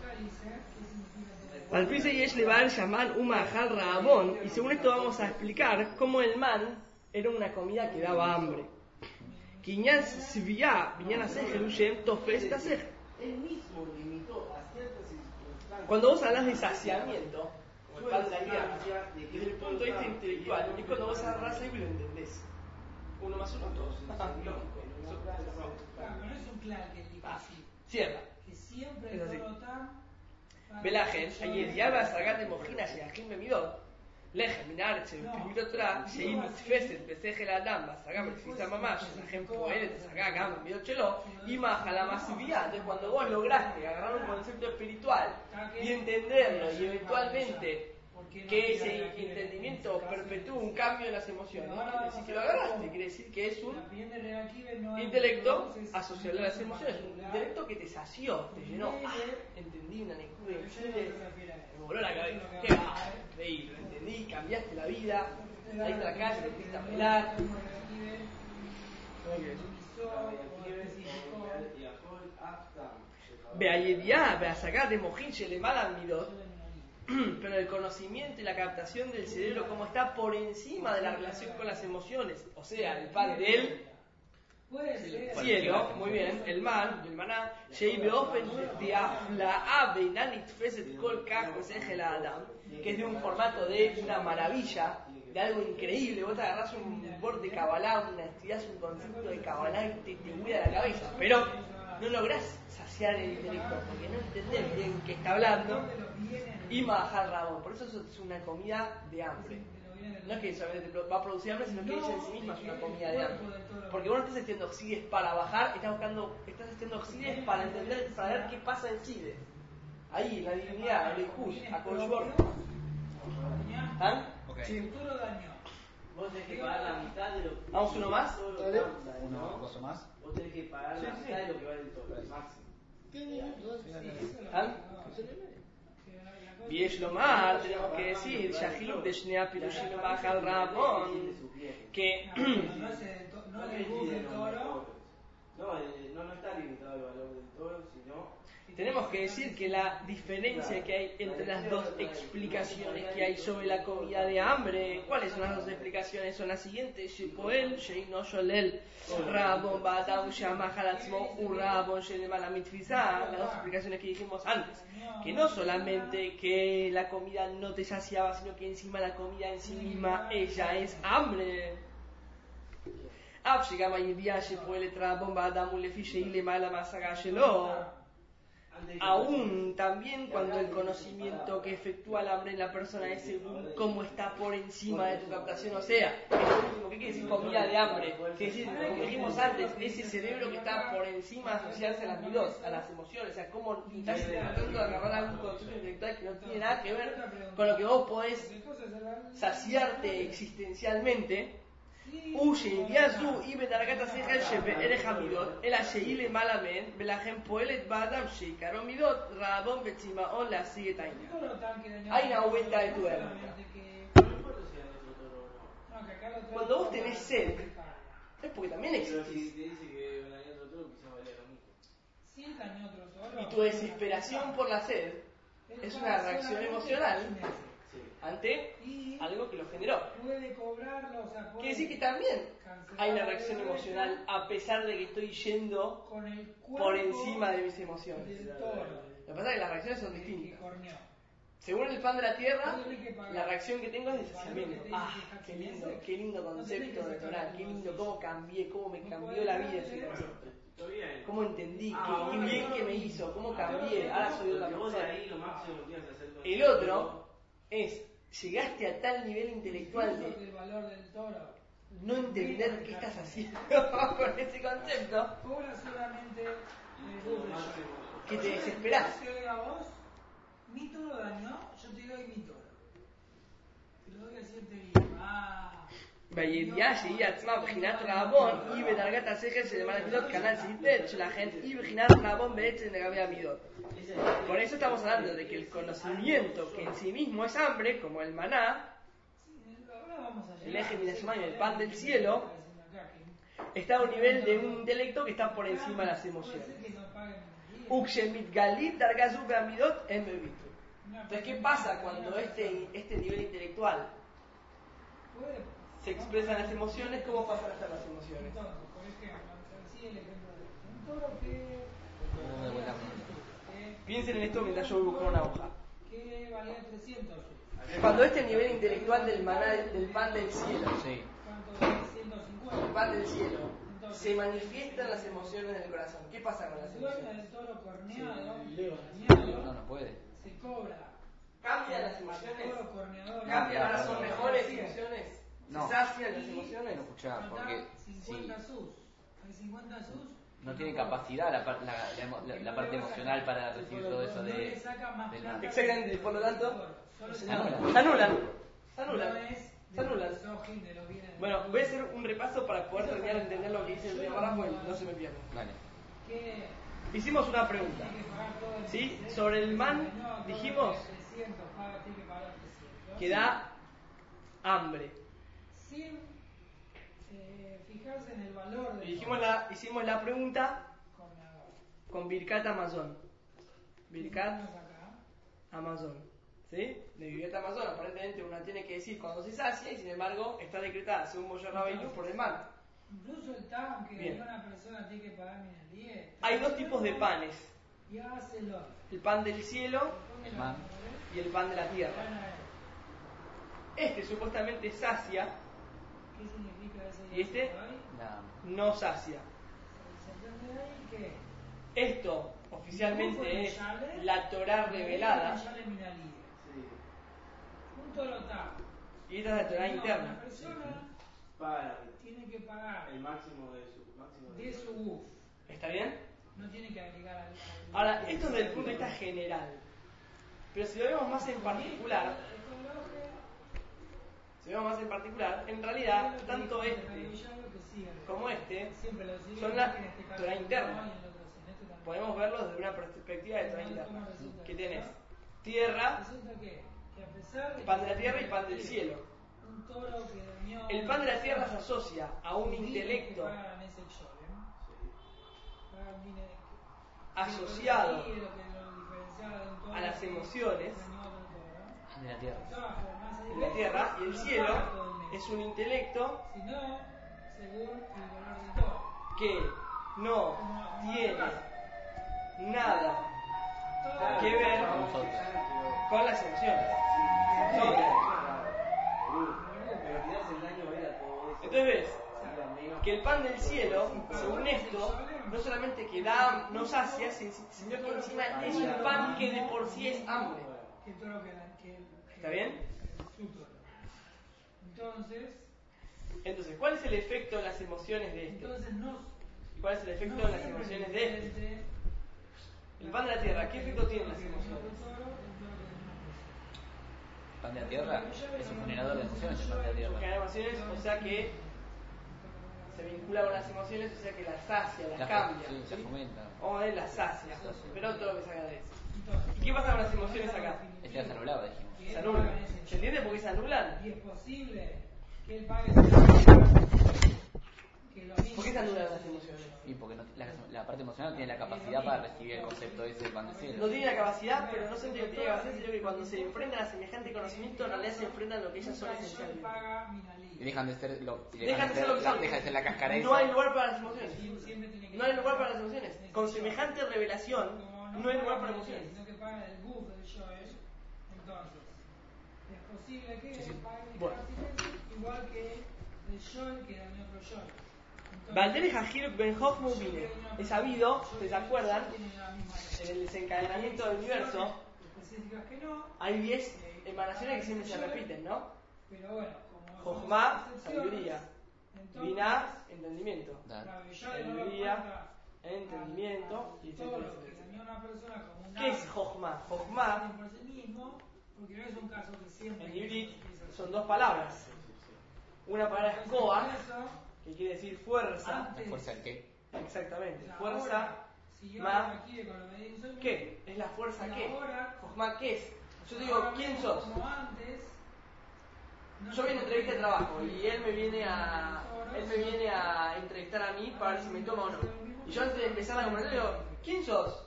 B: Al pise yesh levar shaman umahal raabon, y según esto vamos a explicar cómo el man era una comida que daba hambre. Kinyan svia, vinyan a ser Jerusalén, tofes tasej. Él mismo limitó a ciertas circunstancias. Cuando vos hablas de saciamiento, como el pan de la guerra, desde el punto de vista intelectual, es cuando vos agarrás algo y lo entendés. 1 más 1, 2. Lógico.
E: No es un plan que es difícil.
B: Cierra.
E: Que siempre
B: es así.
E: Belajen,
B: ayer ya vas a sacar de mojina, Sheachim Bemidot. לחם מן הארץ שבפנימית התורה, שהיא נתפסת בשכל האדם, בהשגה בתפיסה ממש, לכן פועלת השגה גם במידות שלו, היא מאכלה מסיביה. Entonces cuando vos lograste agarrar un concepto espiritual y entenderlo y eventualmente que ese entendimiento perpetúe un cambio en las emociones, quiere decir que lo agarraste, quiere decir que es un intelecto asociado a las emociones, un intelecto que te sació, te llenó. Entendí una lectura increíble, me voló la cabeza, qué va, increíble, lo entendí, cambiaste la vida, saliste a la calle, te fuiste a bailar. Beayediá, beasagá de mojín, shelemala midot. Pero el conocimiento y la captación del cerebro como está por encima de la relación con las emociones, o sea, el pan del cielo, muy bien, el man, el maná, que es de un formato de una maravilla, de algo increíble. Vos te agarrás un borde de Kabbalah, estudiás un concepto de Kabbalah y te huida la cabeza, pero no lográs saciar el intelecto porque no entendés bien qué está hablando. Y Mahal Rabón, por eso es una comida de hambre. No es que solamente va a producir hambre, sino que ella en sí misma es una comida de hambre. Porque vos no estás haciendo oxides para bajar, estás haciendo oxides para entender, para ver qué pasa en Sides. Ahí, la divinidad, el Ejus, Akoshbor. ¿Ah?
A: Okay.
D: Vos tenés que pagar la mitad de lo que...
B: ¿Vamos uno más?
A: ¿Uno cosa más?
D: Vos tenés que pagar la mitad de lo que vale el todo, el máximo.
B: ¿Ah? Viesh Lomar, tenemos que decir, Shahiluk de Shnei Pirushim Mahal Rabon, que
E: no es el bus del toro.
D: No está limitado el valor del toro, sino
B: tenemos que decir que la diferencia que hay entre las dos explicaciones que hay sobre la comida de hambre, ¿cuáles son las dos explicaciones? Son las siguientes: Shepoel, Sheino Sholel, Rabon Badam Shamah Halatzmo, Urabon Shelema la Mitfizá. Las dos explicaciones que dijimos antes, que no solamente que la comida no te saciaba, sino que encima la comida en sí misma, ella es hambre. Aún también cuando el conocimiento que efectúa el hambre en la persona es según cómo está por encima de tu captación, o sea, es lo último. ¿Qué quiere decir comida de hambre? Quiere decir, como dijimos antes, ese cerebro que está por encima de asociarse a las midot, a las emociones, o sea, cómo estás tratando de agarrar algún concepto intelectual que no tiene nada que ver con lo que vos podés saciarte existencialmente. ויעזו היא בדרגת השכל שבערך המידות, אלא שהיא למעלה מהן, ולכן פועלת באדם שעיקרו מידות, רעבון וצמאון להשיג את העניין. Hay una vuelta de tuerca. Cuando vos tenés sed, es porque también existís. Y tu desesperación por la sed es una reacción emocional ante algo que lo generó. Quiere decir que también hay una reacción emocional a pesar de que estoy yendo por encima de mis emociones. Lo que pasa es que las reacciones son distintas. Según el pan de la tierra, la reacción que tengo es de saciamiento. Qué lindo concepto de Torah, qué lindo, cómo cambié, cómo me cambió la vida ese concepto. Cómo entendí, qué bien que me hizo, cómo cambié, ahora soy otra persona. El otro es, llegaste a tal nivel intelectual de no entender qué estás haciendo con ese concepto, que te desesperás.
E: Mi toro dañó, yo te doy mi toro. Te lo doy a 7 días.
B: בידיעה שהיא עצמה בחינת רעבון, היא בדרגת השכל שלמעלה המידות, כנ"ל שהיא שלכן היא בחינת רעבון בעצם לגבי המידות. Por eso estamos hablando de que el conocimiento que en sí mismo es hambre, como el maná, el eje Minashamayim, el pan del cielo, está a un nivel de un intelecto que está por encima de las emociones. Ukshemit-galit dargazu be'amidot en bebitu. Entonces, ¿qué pasa cuando este nivel intelectual se expresan las emociones? ¿Cómo pasan a ser las emociones?
E: Entonces, por ejemplo, así el ejemplo de un toro que
B: piensen en esto mientras yo voy a buscar una hoja.
E: Que valía 300.
B: Cuando este nivel intelectual del maná, del pan del cielo,
A: Sí.
E: ¿Cuánto es? 150.
B: el pan del cielo, se manifiestan las emociones del corazón. ¿Qué pasa con las
E: El dueño
B: emociones?
E: del toro corneado,
A: No puede.
E: se cobra.
B: ¿Cambian las
E: El
B: emociones?
E: toro corneador.
B: ¿Cambian? ¿Ahora son mejores emociones?
A: No.
B: ¿Se sacian las emociones?
A: No escuchá, porque
E: 50
A: si
E: sus. Hay 50 sus.
A: no tiene capacidad la parte emocional para recibir todo eso del mar.
B: Exactamente, por lo tanto,
E: se
B: se anulan. Bueno, voy a hacer un repaso para poder terminar de entender lo que dice el señor Barra, no se me pierda.
A: Vale.
B: Hicimos una pregunta, ¿sí? Sobre el man dijimos que da hambre.
E: Sin fijarse en el valor de
B: Hicimos la pregunta con Birkat Amazon. Birkat Amazon. ¿Sí? De Birkat Amazon, aparentemente una tiene que decir cuando se sacia y sin embargo está decretada según Moshe Rabbeinu por el man.
E: Incluso el TAM que
B: Bien.
E: una persona tiene que pagar minalía.
B: Hay dos tipos de panes:
E: Y hácelo.
B: el pan del cielo
A: El man.
B: y el pan de la tierra. Este supuestamente sacia
E: ¿Qué significa ese?
B: y este
A: Nada.
B: no sacia.
E: Se entiende ahí que
B: Esto oficialmente es la Torah revelada
E: un toro TAM.
B: y esta es la Torah interna.
E: Una persona tiene que pagar
D: el máximo
E: de su buf.
B: ¿Está bien?
E: No tiene que agregar al.
B: Ahora, esto es desde el punto de vista general. Pero si lo vemos más en particular, en realidad, tanto este como este son la Torah interna. Podemos verlo desde una perspectiva de Torah interna. Que tenés tierra,
E: Resulta que a pesar de
B: pan de la tierra y pan del cielo.
E: un toro que dañó.
B: El pan de la tierra se asocia a un intelecto asociado a las emociones
A: De la tierra.
B: de la tierra, y el cielo es un intelecto
E: sino según el valor de todo.
B: que no tiene nada que ver con las emociones. Entonces ves que el pan del cielo, según esto, no solamente que da, no sacia, sino que encima es un pan que de por sí es hambre.
E: Que todo lo que
B: ¿Está bien?
E: su toro.
B: Entonces, ¿cuál es el efecto de las emociones de este?
E: Entonces no.
B: ¿Cuál es el efecto de las emociones de este? El pan de la tierra, ¿qué efecto tienen las emociones?
A: El pan de la tierra es un generador de emociones, el pan de la tierra.
B: Genera emociones, o sea que se vincula con las emociones, o sea que las sacia, las cambia.
A: Sí, se fomenta.
B: O las sacia, pero todo lo que saca de eso. ¿Y qué pasa con las emociones acá?
A: Este se anulaba, dijimos.
B: Se anulan. ¿Se entiende por qué se anulan?
E: Y es posible que él pague que lo mismo.
B: ¿Por qué se anulan las emociones?
A: Y porque no, la parte emocional no tiene la capacidad para recibir el concepto ese del pan del cielo.
B: No tiene la capacidad, pero no solamente que tiene capacidad, sino que cuando se enfrentan a semejante conocimiento, en realidad se enfrentan a lo que ellas son esencialmente.
A: Y dejan de ser lo que
B: son.
A: deja de ser la cáscara esa.
B: No hay lugar para las emociones. No hay lugar para las emociones. Con semejante revelación, no hay lugar para emociones.
E: Sino que paga el buf del Joel. Entonces, es posible que pague
B: Bueno.
E: igual que el Joel que era mi otro Joel.
B: Valder Hajir Ben Hochmu Bine. Es sabido, ¿ustedes se acuerdan? En el desencadenamiento del universo hay 10 emanaciones que siempre se repiten, ¿no? Jochma, sabiduría. Binah, entendimiento. Sabiduría, entendimiento y etcétera. ¿Qué es Jochma? Jochma en Ibrit son dos palabras. Una palabra es Koach, que quiere decir fuerza.
A: ¿La fuerza del qué?
B: Exactamente. Fuerza, ma, ¿qué? Es la fuerza qué. Jochma, ¿qué es? Yo te digo, ¿quién sos? Yo voy a una entrevista de trabajo y él me viene a entrevistar a mí para ver si me toma o no. Y yo antes de empezar la conversación digo, ¿quién sos?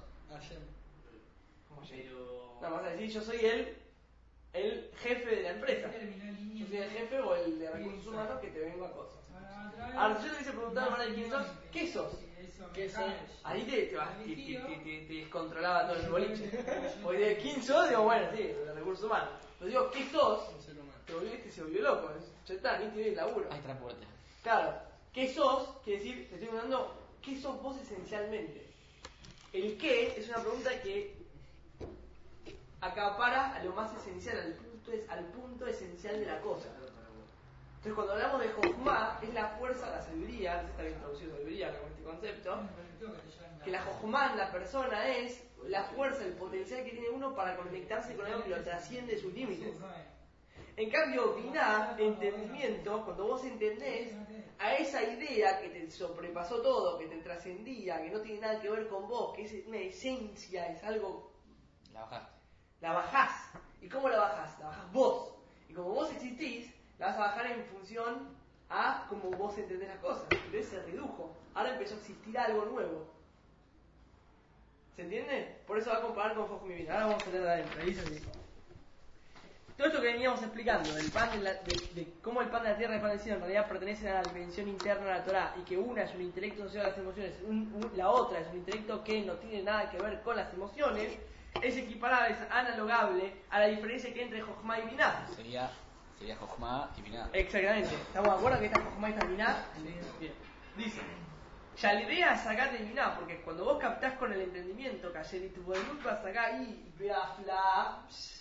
B: No, vas a decir, yo soy el jefe de la empresa. Yo soy el jefe o el de recursos humanos que te vengo a cosas. Ahora, si yo te hubiese preguntado para quién sos, ¿qué sos? ¿Qué sos? Ahí te descontrolaba todo el boliche. Porque de quién sos, digo, bueno, sí, de recursos humanos. Pero digo, ¿qué sos? Te volviste, se volvió loco. Ya está, ni tiene el laburo.
A: Ahí está la puerta.
B: Claro, ¿qué sos? Quiere decir, te estoy preguntando, ¿qué sos vos esencialmente? El qué es una pregunta que acapara a lo más esencial, al punto esencial de la cosa. Entonces, cuando hablamos de Jochma, es la fuerza de la sabiduría, no sé si está bien traducido sabiduría con este concepto, que la Jochma en la persona es la fuerza, el potencial que tiene uno para conectarse con algo que lo trasciende sus límites. En cambio, Binah, entendimiento, cuando vos entendés a esa idea que te sobrepasó todo, que te trascendía, que no tiene nada que ver con vos, que es una esencia, es algo...
A: La bajaste.
B: La bajás. ¿Y cómo la bajás? La bajás vos. Y como vos existís, la vas a bajar en función a cómo vos entendés las cosas. Entonces se redujo. Ahora empezó a existir algo nuevo. ¿Se entiende? Por eso va a comparar con Jochma y Binah. Ahora vamos a tener adentro. Ahí dice así. Todo esto que veníamos explicando, del pan de cómo el pan de la tierra y el pan del cielo en realidad pertenecen a la dimensión interna de la Torah y que una es un intelecto asociado a las emociones, la otra es un intelecto que no tiene nada que ver con las emociones, es equiparable, es analogable a la diferencia que hay entre Jochma y Binah.
A: Sería Jochma y Binah.
B: Exactamente. ¿Estamos de acuerdo que esta Jochma y esta Binah? Sí. Bien. Dice, ya la idea es sacar de Binah, porque cuando vos captás con el entendimiento, que ayer y tu buen luz vas acá y veafla.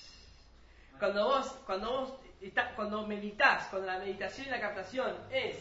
B: Cuando meditas, cuando la meditación y la captación es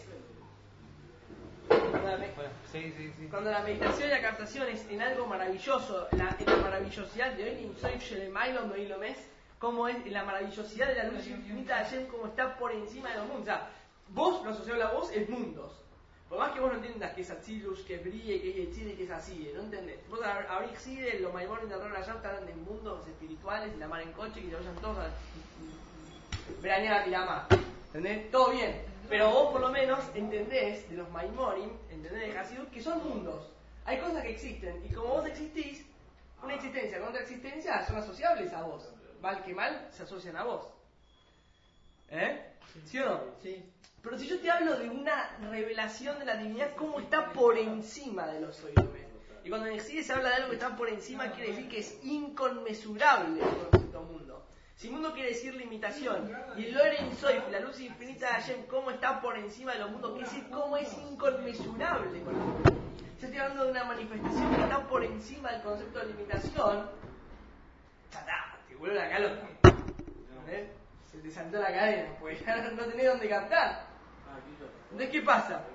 B: cuando la meditación y la captación es en algo maravilloso, en la maravillosidad de hoy, como es en la maravillosidad de la luz infinita de Hashem, como está por encima de los mundos. O sea, vos, lo asociado a vos, es mundos. Por más que vos no entiendas que es Atzilus, que es Brie, que es Yetzirah, que es así, no entendés. Vos abrís Xide, los Maimonim del Rey Rayam hablan de mundos espirituales, y la mar en coche, que se vayan todos a veranear a Miramar. ¿Entendés? Todo bien. Pero vos por lo menos entendés de los Maimonim, entendés de Hasidut, que son mundos. Hay cosas que existen, y como vos existís, una existencia con otra existencia son asociables a vos. Mal que mal, se asocian a vos. ¿Sí o no?
D: Sí.
B: Pero si yo te hablo de una revelación de la divinidad, ¿cómo está por encima de los oídomes? Y cuando en Exide se habla de algo que está por encima, quiere decir que es inconmensurable el concepto mundo. Si mundo quiere decir limitación, y el Loren Soy, la luz infinita de Hashem, ¿cómo está por encima de los mundos? Quiere decir cómo es inconmensurable con el mundo. Yo estoy hablando de una manifestación que está por encima del concepto de limitación. ¡Chatá! Te vuelve la calota. Se te saltó la cadena, pues ya no tenés dónde cantar. Entonces, ¿qué pasa?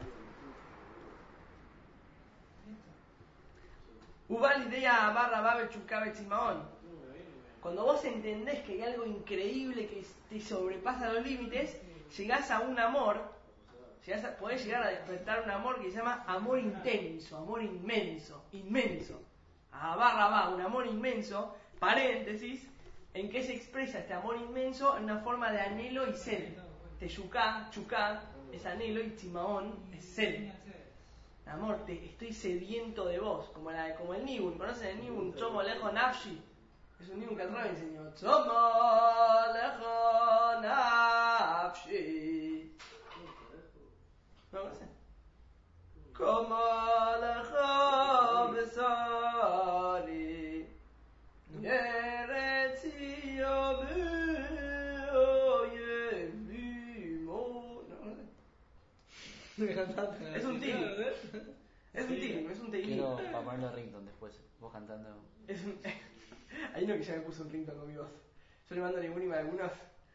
B: Ubal idea barra Babel Chukabe Tzimaón. Cuando vos entendés que hay algo increíble que te sobrepasa los límites, llegás a un amor, podés llegar a despertar un amor que se llama amor intenso, amor inmenso. A barra va, un amor inmenso, paréntesis, ¿en qué se expresa este amor inmenso? En una forma de anhelo y sed. Teyuká, chuká, es anhelo y tzimaón es sed. Amor, estoy sediento de vos, como el Nibun. ¿Conocen el Nibun? Chomo lejo nafshi. Es un Nibun que el Rabbi enseñó. Chomo lejo nafshi. ¿No conocen? Como lejo besari. Eretzio es un tiro. Es un tiro.
A: Quiero para ponerlo ringtone después, vos cantando.
B: Hay uno que ya me puso un ringtone con mi voz. Yo le mando ningún a algunos.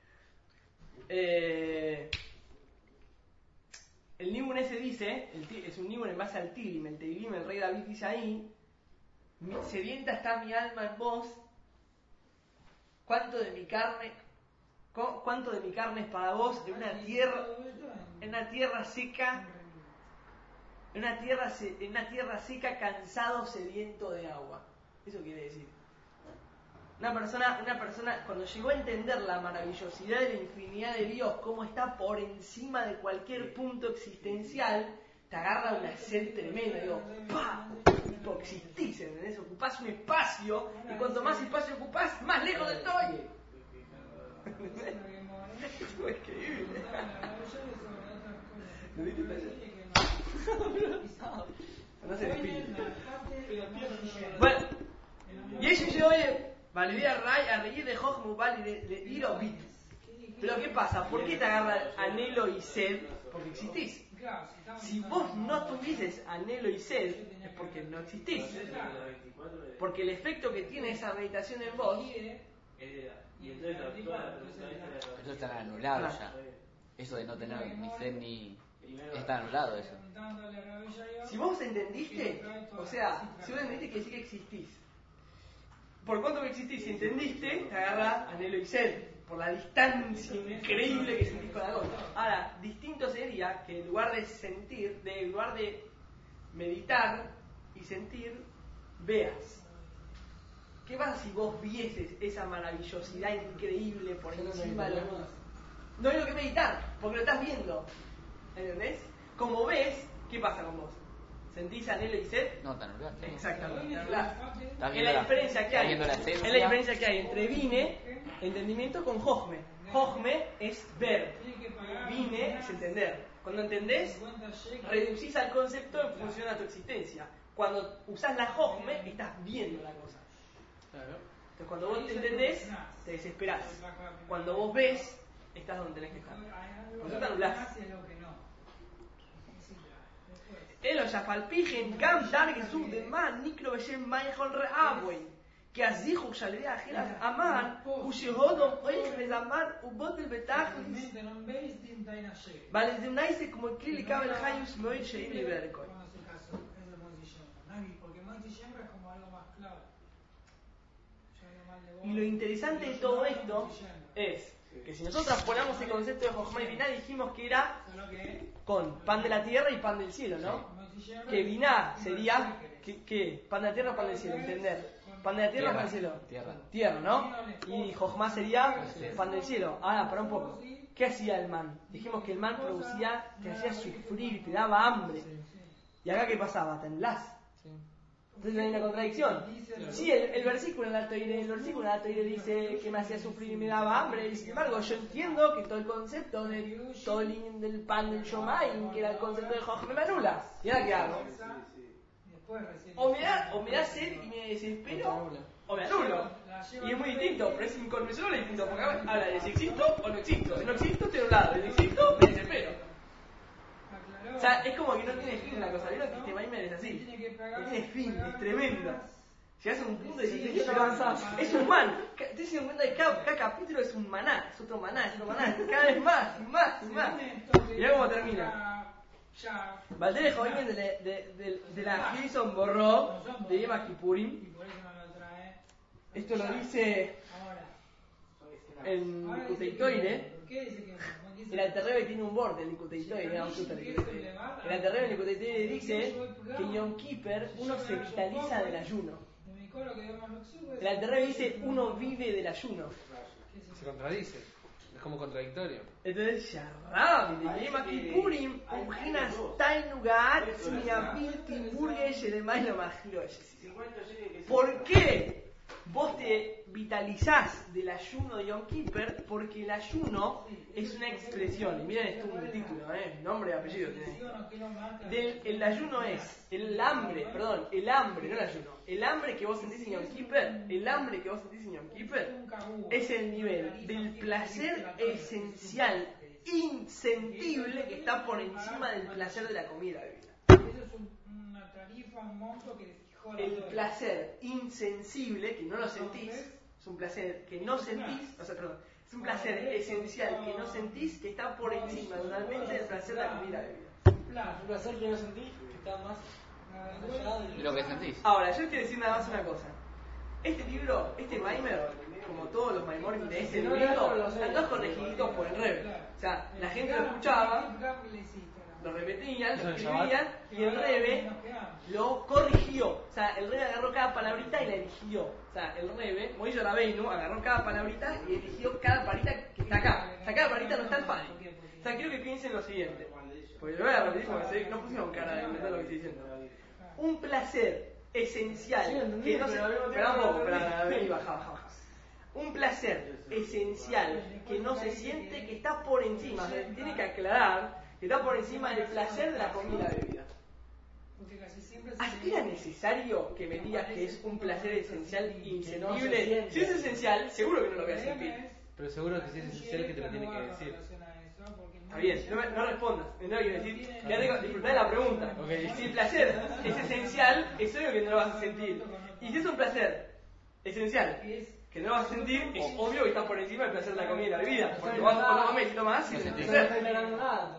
B: El Nibun ese dice, es un Nibun en base al Tilim. El Tilim, el rey David dice ahí: sedienta está mi alma en vos. ¿Cuánto de mi carne es para vos en una tierra seca? En una tierra seca, cansado, sediento de agua. Eso quiere decir. Una persona cuando llegó a entender la maravillosidad de la infinidad de Dios, cómo está por encima de cualquier punto existencial, te agarra una sed tremenda. Digo, ¡pah! Tipo, existís, ¿entendés? Ocupás un espacio, y cuanto más espacio ocupás, más lejos estoy. Es increíble. No se despide. Bueno, y eso yo validé a reír de Jochmu, de Irobit. Pero ¿qué pasa? ¿Por qué te agarra anhelo y sed? Porque existís. Si vos no tuvieses anhelo y sed, es porque no existís. Porque el efecto que tiene esa meditación en vos.
A: Eso está anulado ya. Eso de no tener ni sed ni. Está anulado eso.
B: Si vos entendiste, o sea, si vos entendiste que sí que existís. Por cuánto que existís, si entendiste, te agarra anhelo y sed. Por la distancia increíble que sentís con la cosa. Ahora, distinto sería que en lugar de sentir, en lugar de meditar y sentir, veas. ¿Qué pasa si vos vieses esa maravillosidad increíble por encima de los mundos? No hay lo que meditar, porque lo estás viendo. ¿Entendés? Como ves, ¿qué pasa con vos? ¿Sentís anhelo y sed?
A: No, te anulaste.
B: Exactamente, te anulaste.
A: Estás
B: Es
A: viendo
B: la diferencia que hay.
A: esencia.
B: Es la diferencia que hay entre vine, entendimiento, con Jochme. Jochme es ver. Vine es entender. Cuando entendés, reducís al concepto en función a tu existencia. Cuando usás la Jochme, estás viendo la cosa. Entonces cuando vos te entendés, te desesperás. Cuando vos ves, estás donde tenés que estar. Por eso te anulás. Elo Shafalpigen, Gam Dar Gesù de Man, Niklo Beshem Mayhol Reabwen, que Azihu Shalvea Gilas Aman, Ushihodom Oich Bezaman, Ubotel Betachlis, Vale de Naise como el Klili Kabel Hayus Moich Sheim Libercoy. Y lo interesante de todo esto es que si nosotros ponemos el concepto de Jochma y Binah, dijimos que era con pan de la tierra y pan del cielo, ¿no? Que Binah sería ¿qué? Pan de la tierra o pan del cielo, entender. Pan de la tierra o pan del cielo. Tierra, ¿no? Y Jochma sería pan del cielo. Ahora, para un poco. ¿Qué hacía el man? Dijimos que el man producía, te hacía sufrir, te daba hambre. ¿Y acá qué pasaba? Te anulás. Entonces hay una contradicción. Sí, el versículo en la Toire dice que me hacía sufrir y me daba hambre, y sin embargo yo entiendo que todo el concepto del pan del Yomaim, que era el concepto de Jochme, me anula. ¿Y ahora qué hago? O me da sed y me desespero, o me anulo. Y es muy distinto, pero es inconmensurable distinto, porque habla de si existo o no existo. Si no existo, estoy anulado. Si existo, me desespero. O sea, es como que no tiene fin la cosa. ¿Vieron que este Maimer es así? No tiene fin, es tremendo. Llegas a un punto y dices, es un man. Te estoy dando cuenta de que cada capítulo es un maná, es otro maná, cada vez más y más y más. Mirá cómo termina. Valderejo viene de la Jason Borró de Yom Kippurim. Esto lo dice en Kuteitoire. El Alterrebe tiene un borde, el Kuteitoire. El Alterrebe en el Kuteitoire dice que en Yom Kippur uno se vitaliza del ayuno. El Alterrebe dice uno vive del ayuno.
F: Se contradice. Es como contradictorio.
B: Entonces, Sharab, de Yom Kippurim, Ujinas Tainugat, Miabilti Burgesh, de Mailo Maglosh. ¿Por qué vos te vitalizás del ayuno de Yom Kippur? Porque el ayuno es una expresión, y miren esto un título, nombre y apellido tiene. El ayuno es el hambre, no el ayuno. El hambre que vos sentís en Yom Kippur, es el nivel del placer esencial, insentible, que está por encima del placer de la comida y bebida.
E: Eso es una tarifa, un monto que fijó la
B: El placer insensible, que no lo sentís, es un placer que no sentís, es un placer esencial que no sentís, que está por encima totalmente del placer de la comida y bebida.
D: Un placer que no sentís, que está más allá de
A: lo que sentís.
B: Ahora, yo quiero decir nada más una cosa. Este libro, este Maimer, como todos los Maimorim de este libro, están todos corregiditos por el Rebbe. O sea, la gente lo escuchaba, lo repetían, lo escribían, y el Rebbe lo corrigió. O sea, el Rebbe agarró cada palabrita y la eligió. O sea, el Rebbe, Moisés Rabbeinu, agarró cada palabrita y eligió cada palabrita que está acá. O sea, cada palabrita no está en Fadi. O sea, quiero que piensen lo siguiente. Porque lo voy a repetir porque no pusimos cara de entender lo que estoy diciendo. Un placer esencial que no se... Baja. Un placer esencial que no se siente, que está por encima, tiene que aclarar que está por encima del placer de la comida y bebida. ¿Era necesario que me digas que es un placer esencial insentible? Si es esencial, seguro que no lo voy a sentir.
F: Pero seguro que si es esencial que te lo tiene que decir.
B: Está bien, no respondas. No quiero decir, disfrutá de la pregunta. Si el placer es esencial, es obvio que no lo vas a sentir. Y si es un placer esencial que no lo vas a sentir, es obvio que está por encima del placer de la comida y la bebida. Porque vas a tomar más y tomás y
D: no está aclarando nada.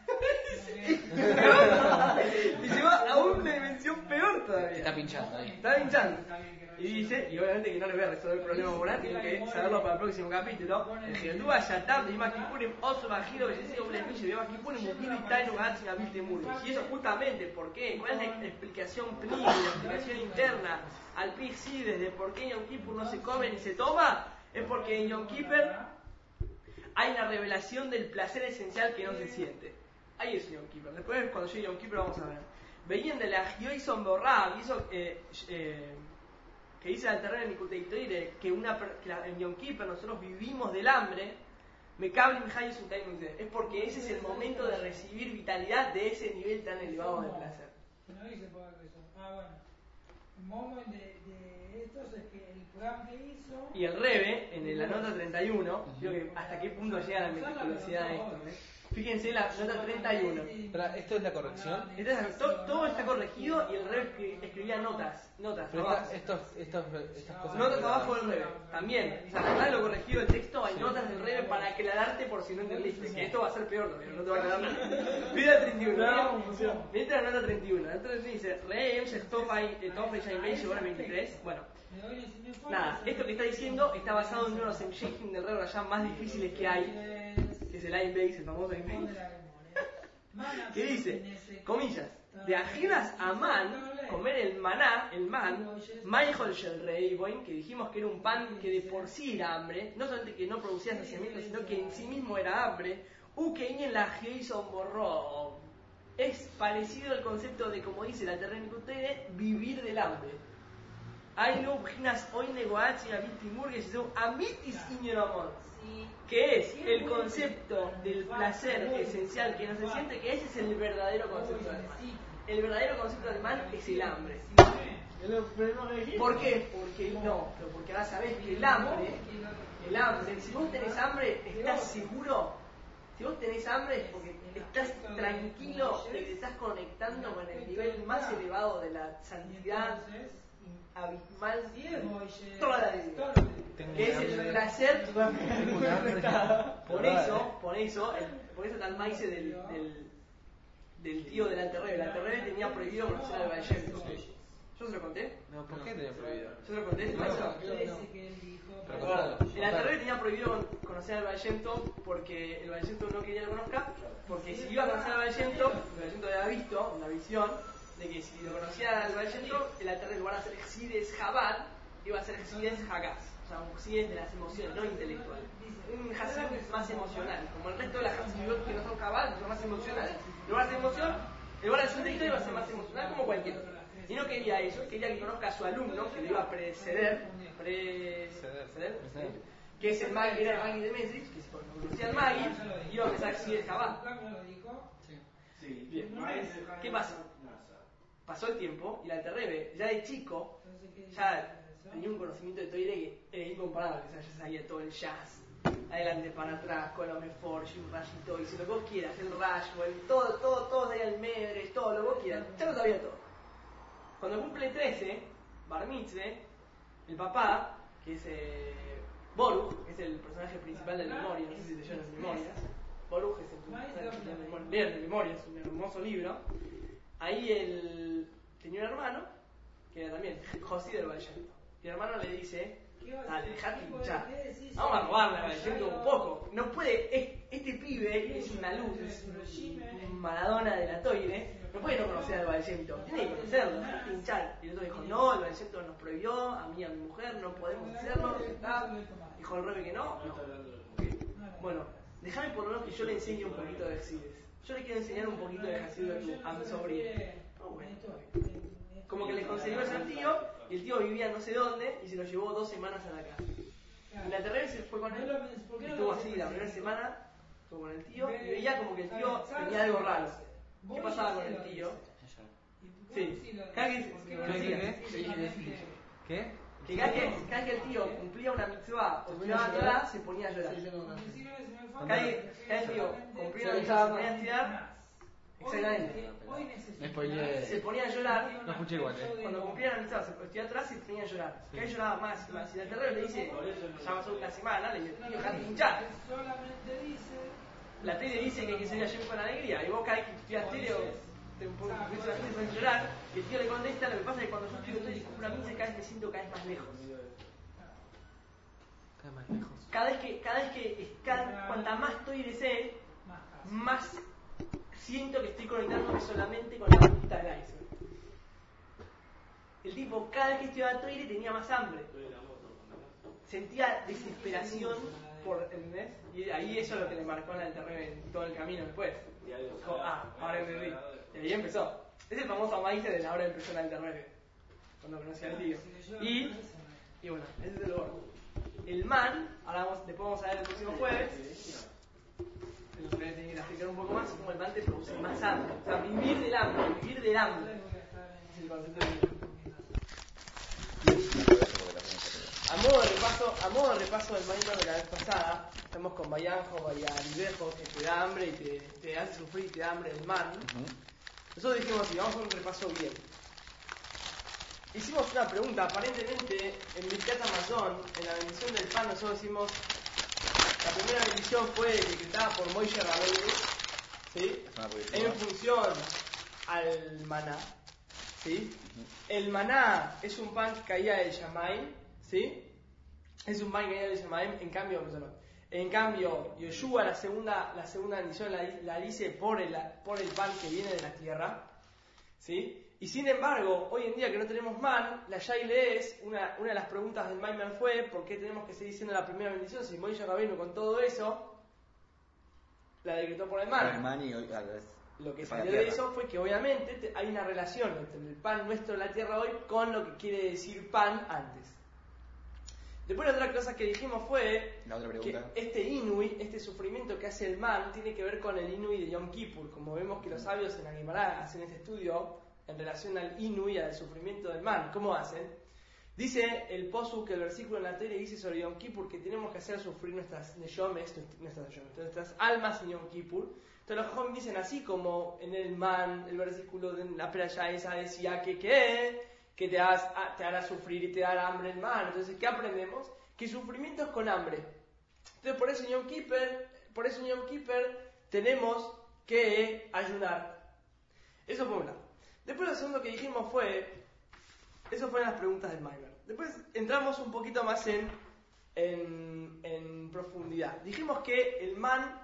B: Y lleva a una dimensión peor todavía.
A: Está pinchando ahí.
B: Está pinchando. Y dice, y obviamente que no le voy a resolver el problema moral, tengo que saberlo para el próximo capítulo. El Gedúa Yatab de Yom Kippurim, Oso Bajiro, Bellecido, Blefish, de Yom Kippurim, Mugido y Taino Gatsi, Abilte Murgo. Y eso justamente, ¿por qué? ¿Cuál es la explicación prima, la explicación interna al Pixi desde por qué en Yom Kippur no se come ni se toma? Es porque en Yom Kippur hay una revelación del placer esencial que no se siente. Ahí es Yom Kippur. Después, cuando llegue Yom Kippur, vamos a ver. Venían de la Gioison Borrab, y eso que dice el terreno en Kuteitoire, que en Yom Kippur nosotros vivimos del hambre, es porque ese es el momento de recibir vitalidad de ese nivel tan elevado de placer.
E: No dice por eso. Bueno. El momento de estos es que el programa que hizo.
B: Y el Rebbe, en la nota 31, creo que hasta qué punto llega la meticulosidad de esto. Fíjense la nota 31.
F: ¿Esto es la corrección?
B: Entonces, todo está corregido y el Rebbe escribía notas.
F: Pero
B: abajo.
F: estas cosas.
B: Notas abajo del Rebbe. También. O sea, además de lo corregido del texto, hay notas del Rebbe para aclararte por si no entendiste. Que esto va a ser peor todavía, no te va a aclarar nada. Mira 31. Mira la nota 31. Entonces dice, Re, Tofa y Jaimei, ahora 23. Bueno. Nada, esto que está diciendo está basado en unos emsheikim del Rebbe Rayam más difíciles que hay. Que es el Ain Beis, el famoso Ain Beis. Que dice, comillas, de ajenas a man, comer el maná, el man, Maihol Shel Reiboin, que dijimos que era un pan que de por sí era hambre, no solamente que no producía saciamiento, sino que en sí mismo era hambre, Ukein en la Jason Borró. es parecido al concepto de, como dice la Terrenicutene, vivir del hambre. Hay no bhinas hoy negoachi a Vittimurgues a mitis ignoramon, que es el concepto del placer esencial que no se siente, que ese es el verdadero concepto del mal. El verdadero concepto del mal es el hambre. ¿Por qué? Porque ahora sabés que el hambre, si vos tenés hambre, estás seguro. Si vos tenés hambre es porque estás tranquilo y te estás conectando con el nivel más elevado de la santidad abismal toda la vida, que es el placer. Por eso tal maíz del tío del Alterrebe. El Alterrebe tenía prohibido conocer al Vallejo. ¿Yo se lo conté?
F: No, ¿por qué tenía prohibido?
B: ¿Yo se lo conté? El Alterrebe tenía prohibido conocer al Vallejo porque el Vallejo no quería que lo conozca, porque si iba a conocer al Vallejo, el Vallejo había visto una visión de que si lo conocía al Vallejo, el Alterrebe en lugar de hacer Xydes Jabal, iba a hacer Xydes Hagas, o sea, un Xydes de las emociones, no intelectual. Un Hasid más emocional, como el resto de las Hasidot que no son Jabal, son más emocionales. En lugar de emoción, en lugar de ser intelectual iba a ser más emocional como cualquier otro. Y no quería eso, quería que conozca a su alumno, que le iba a preceder, que es el Magui, era el Magui de Mesrich, que si conocía al Magui, iba a empezar Xydes Jabal. Bien. ¿Qué pasa? Pasó el tiempo y el Alterrebe, ya de chico, ya tenía un conocimiento de Toire que era incomparable. O sea, ya sabía todo el jazz, adelante para atrás, Colome Forge, un rayito, y si lo que vos quieras, el Rashwell, todo de el Medres, todo lo que vos quieras, ya lo sabía todo. Cuando cumple 13, Bar Mitzvah, el papá, que es Boruch, que es el personaje principal de la memoria, no sé si leyó las memorias. Boruch es el personaje principal de la leer de memoria, es un hermoso libro. Ahí él tenía un hermano, que era también José del Vallejo. Y el hermano le dice, dale, dejate hinchar, vamos a robarle al Vallejo un poco. No puede, este pibe es una luz, es un Maradona de la Toire, no puede no conocer al Vallejo, tiene que conocerlo, dejate hinchar. Y el otro dijo, no, el Vallejo nos prohibió, a mí y a mi mujer, no podemos hacerlo. Dijo el Rebe que no. Bueno, déjame por lo menos que yo le enseñe un poquito de Xydes. Yo le quiero enseñar un poquito de Hasidut a mi sobrino. Como que le consiguió eso al tío, y el tío vivía no sé dónde, y se lo llevó 2 semanas a la casa. Y la Terrebe se fue con él, estuvo así la primera semana, estuvo con el tío, y veía como que el tío tenía algo raro. ¿Qué pasaba con el tío? Sí,
F: ¿Qué?
B: Que cada que el tío cumplía una mitzvah o estudiaba Torah, se ponía a llorar. Cada que el tío cumplía una mitzvah, se ponía a estudiar. Exactamente. Se ponía a llorar.
F: No escuché igual,
B: Cuando cumplía la mitzvah, se estudiaba atrás y se ponía a llorar. Cada vez lloraba más y más. Y el Terrebe le dice, ya pasó una semana, le dice, tío, dejate hinchar. La tele dice que hay que salir ayer con alegría. Y vos cada vez que estudias tele, te pones a llorar. Y el tío le contesta, lo que pasa es que cuando yo estudio tele y cumplo la misa, cada vez me siento cada vez más lejos. Cuanta más Toire sé, más siento que estoy conectándome solamente con la puntita del iceberg. El tipo, cada vez que estudiaba Toire tenía más hambre. Sentía desesperación por, ¿entendés? Y ahí eso es lo que le marcó al Terrebe en todo el camino después. Dijo, ahora entendí. Y ahí empezó. Es el famoso maíz de la hora empezó el Terrebe, cuando conocí al tío. Y bueno, ese es el gordo. El man, ahora después vamos a ver el próximo jueves. El jueves tiene que explicar un poco más cómo el man te produce más hambre. O sea, vivir del hambre. Es el concepto de a modo de repaso del maíz de la vez pasada, estamos con Bayanjo, Bayalibejo, que te da hambre y te hace sufrir y te da hambre el man. Nosotros dijimos, si vamos a un repaso bien. Hicimos una pregunta, aparentemente en Birkat Hamazon, en la bendición del pan, nosotros decimos, la primera bendición fue decretada por Moishe Rabbeinu, ¿sí? En función al maná, ¿sí? El maná es un pan que caía del Shamaim, ¿sí? Es un pan que caía del Shamaim, en cambio, Yoshua la segunda bendición la dice por el pan que viene de la tierra, ¿sí? Y sin embargo, hoy en día que no tenemos man, la Yaile es, una de las preguntas del Maimon fue, ¿por qué tenemos que seguir diciendo la primera bendición si Moishe Rabbeinu con todo eso la decretó por el man? lo que salió de eso fue que obviamente hay una relación entre el pan nuestro de la tierra hoy con lo que quiere decir pan antes. Después la otra cosa que dijimos fue que este Inui, este sufrimiento que hace el man, tiene que ver con el Inui de Yom Kippur. Como vemos que los sabios en la Gemara hacen este estudio en relación al Inui, al sufrimiento del man. ¿Cómo hacen? Dice el Posuk, que el versículo en la Torá dice sobre Yom Kippur que tenemos que hacer sufrir nuestras neshomes, nuestras almas en Yom Kippur. Entonces los Jajam dicen así como en el man, el versículo de la playa esa decía que te hará sufrir y te dará hambre el man. Entonces, ¿qué aprendemos? Que sufrimiento es con hambre. Entonces, por eso en Yom Kippur tenemos que ayunar. Eso fue una. Después lo segundo que dijimos eso fueron las preguntas del Maimer. Después entramos un poquito más en profundidad. Dijimos que el man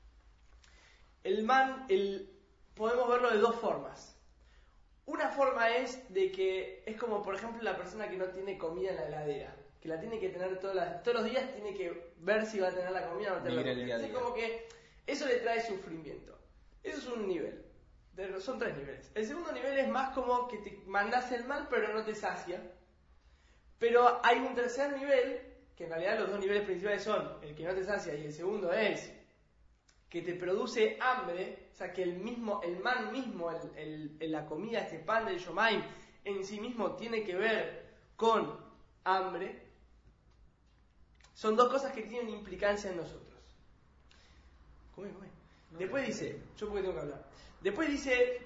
B: podemos verlo de dos formas. Una forma es de que es como, por ejemplo, la persona que no tiene comida en la heladera, que la tiene que tener todos los días, tiene que ver si va a tener la comida o no tener la comida. Es como que eso le trae sufrimiento. Eso es un nivel. Son 3 niveles. El segundo nivel es más como que te mandas el mal pero no te sacia. Pero hay un tercer nivel, que en realidad los 2 niveles principales son el que no te sacia y el segundo es que te produce hambre, o sea que el man mismo, la comida, este pan del Yomaim, en sí mismo tiene que ver con hambre. Son 2 cosas que tienen implicancia en nosotros. Come. Después dice, yo porque tengo que hablar. Después dice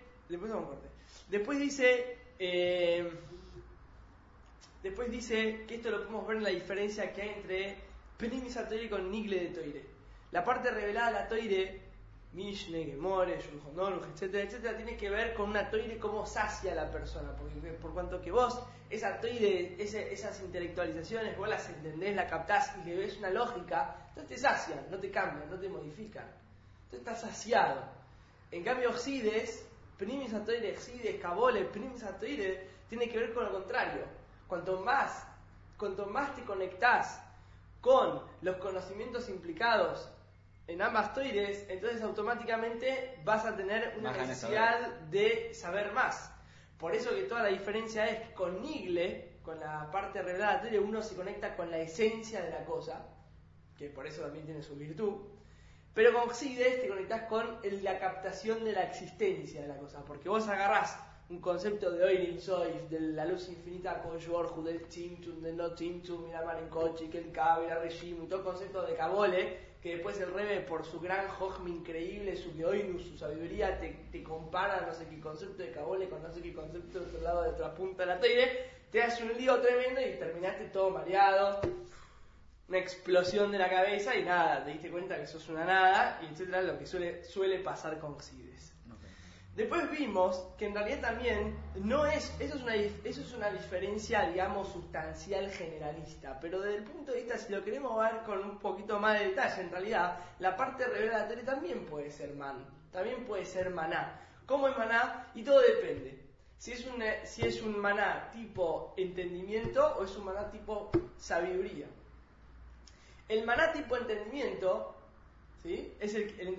B: que esto lo podemos ver en la diferencia que hay entre Penimis Toire con Nigle de Toire. La parte revelada de la Toire, Mishne, Gemore, Shulchan Aruch, etcétera, tiene que ver con una Toire cómo sacia a la persona, porque por cuanto que vos, esa Toire, esas intelectualizaciones, vos las entendés, las captás y le ves una lógica, entonces te sacian, no te cambian, no te modifican. Entonces estás saciado. En cambio, Oxides, Pnimis Toire, Oxides, Kabole, Pnimis Toire, tiene que ver con lo contrario. Cuanto más te conectás con los conocimientos implicados en ambas toires, entonces automáticamente vas a tener una necesidad de saber más. Por eso que toda la diferencia es que con Nigle, con la parte revelada de la toire, uno se conecta con la esencia de la cosa, que por eso también tiene su virtud. Pero con Oxides te conectás con la captación de la existencia de la cosa, porque vos agarrás un concepto de Oirin Soif, de la luz infinita con Yorju, del Chimchum, del no Chimchum, y la Marenkochi, que el Kabe, la Regime, y todo concepto de Kabole, que después el Rebe, por su gran Jochme increíble, su Geoinus, su sabiduría, te compara no sé qué concepto de Kabole con no sé qué concepto de otro lado, de otra punta de la toire, te hace un lío tremendo y terminaste todo mareado, una explosión de la cabeza y nada, te diste cuenta que sos una nada, y etcétera, lo que suele pasar con Oxides. Después vimos que en realidad también eso es una diferencia, digamos, sustancial generalista, pero desde el punto de vista, si lo queremos ver con un poquito más de detalle, en realidad, la parte revelatoria también puede ser también puede ser maná. ¿Cómo es maná? Y todo depende. Si es un maná tipo entendimiento o es un maná tipo sabiduría. El maná tipo entendimiento, ¿sí? Es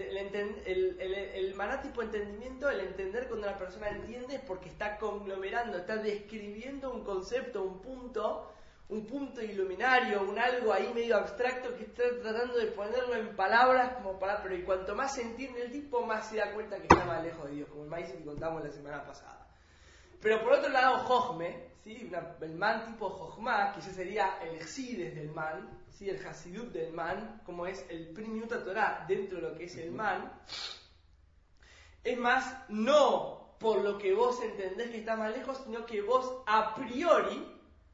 B: el maná tipo entendimiento, el entender cuando la persona entiende porque está conglomerando, está describiendo un concepto, un punto iluminario, un algo ahí medio abstracto que está tratando de ponerlo en palabras pero y cuanto más se entiende el tipo, más se da cuenta que está más lejos de Dios, como el maíz que contamos la semana pasada. Pero por otro lado, Jochme, ¿sí? El man tipo Jochma, que ya sería el Exídes del man, ¿sí? El Hasidut del man, como es el Primiut Torah dentro de lo que es el man, es más, no por lo que vos entendés que está más lejos, sino que vos a priori,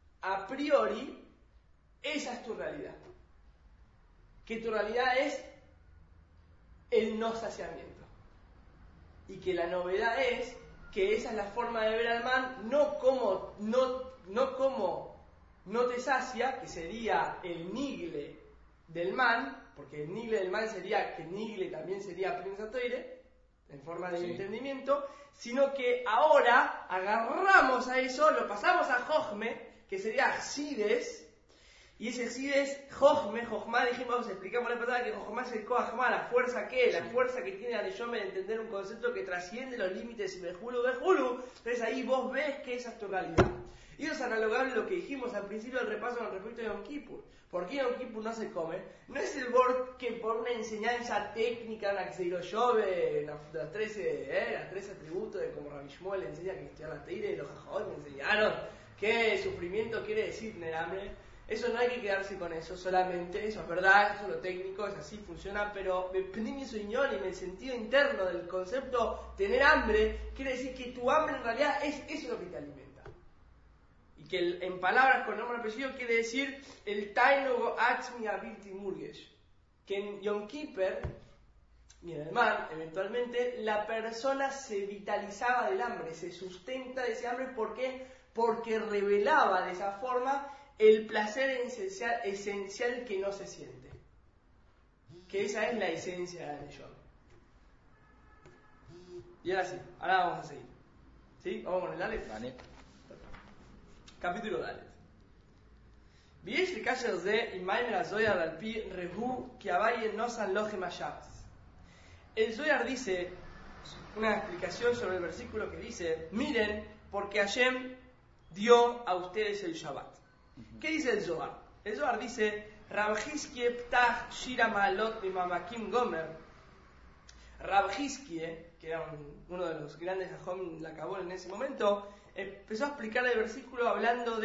B: esa es tu realidad. Que tu realidad es el no saciamiento. Y que la novedad es que esa es la forma de ver al man, no como no te sacia, que sería el nigle del man, porque el nigle del man sería que nigle también sería Prinsatoire, en forma de entendimiento, sino que ahora agarramos a eso, lo pasamos a Jochme, que sería Sides, Y ese Sid es Jochme, Jochma, dijimos, explicamos la pasada que Jochma es el Koachma, la fuerza que la fuerza que tiene la Neyome de entender un concepto que trasciende los límites y Bejulu. Entonces ahí vos ves que esa es tu realidad. Y eso es analogable a lo que dijimos al principio del repaso con respecto a Yom Kippur. ¿Por qué Yom Kippur no se come? No es el bord que por una enseñanza técnica en la que se dio Jove, los 13 atributos de como Rabbi Shmuel le enseña que estudiar la Teira y los Jajot me enseñaron que sufrimiento quiere decir tener hambre. Eso no hay que quedarse con eso solamente, eso es verdad, eso es lo técnico, es así, funciona, pero en su y en el sentido interno del concepto tener hambre, quiere decir que tu hambre en realidad es eso lo que te alimenta. Y que en palabras con nombre y apellido quiere decir el Tainogo Atzmi Abilti Murgesh. Que en Yom Kippur, y en el mar, eventualmente, la persona se vitalizaba del hambre, se sustenta de ese hambre. ¿Por qué? Porque revelaba de esa forma el placer esencial que no se siente. Que esa es la esencia de la Neyom. Y ahora sí, ahora vamos a seguir. ¿Sí? ¿Vamos con el Dalet?
F: Vale.
B: capítulo Dalet. ויש לקשר זה עם מיימר הזויר על פי רהו כי אביי נוסן לוחם השבס. El Zohar dice, una explicación sobre el versículo que dice, miren, porque Hashem dio a ustedes el Shabbat. ¿Qué dice el Zohar? El Zohar dice, Rab Hizkie ptach shira ma'alot mimamakim gomer. Rab Hizkie, que era uno de los grandes Jajom la Kabul en ese momento, empezó a explicar el versículo hablando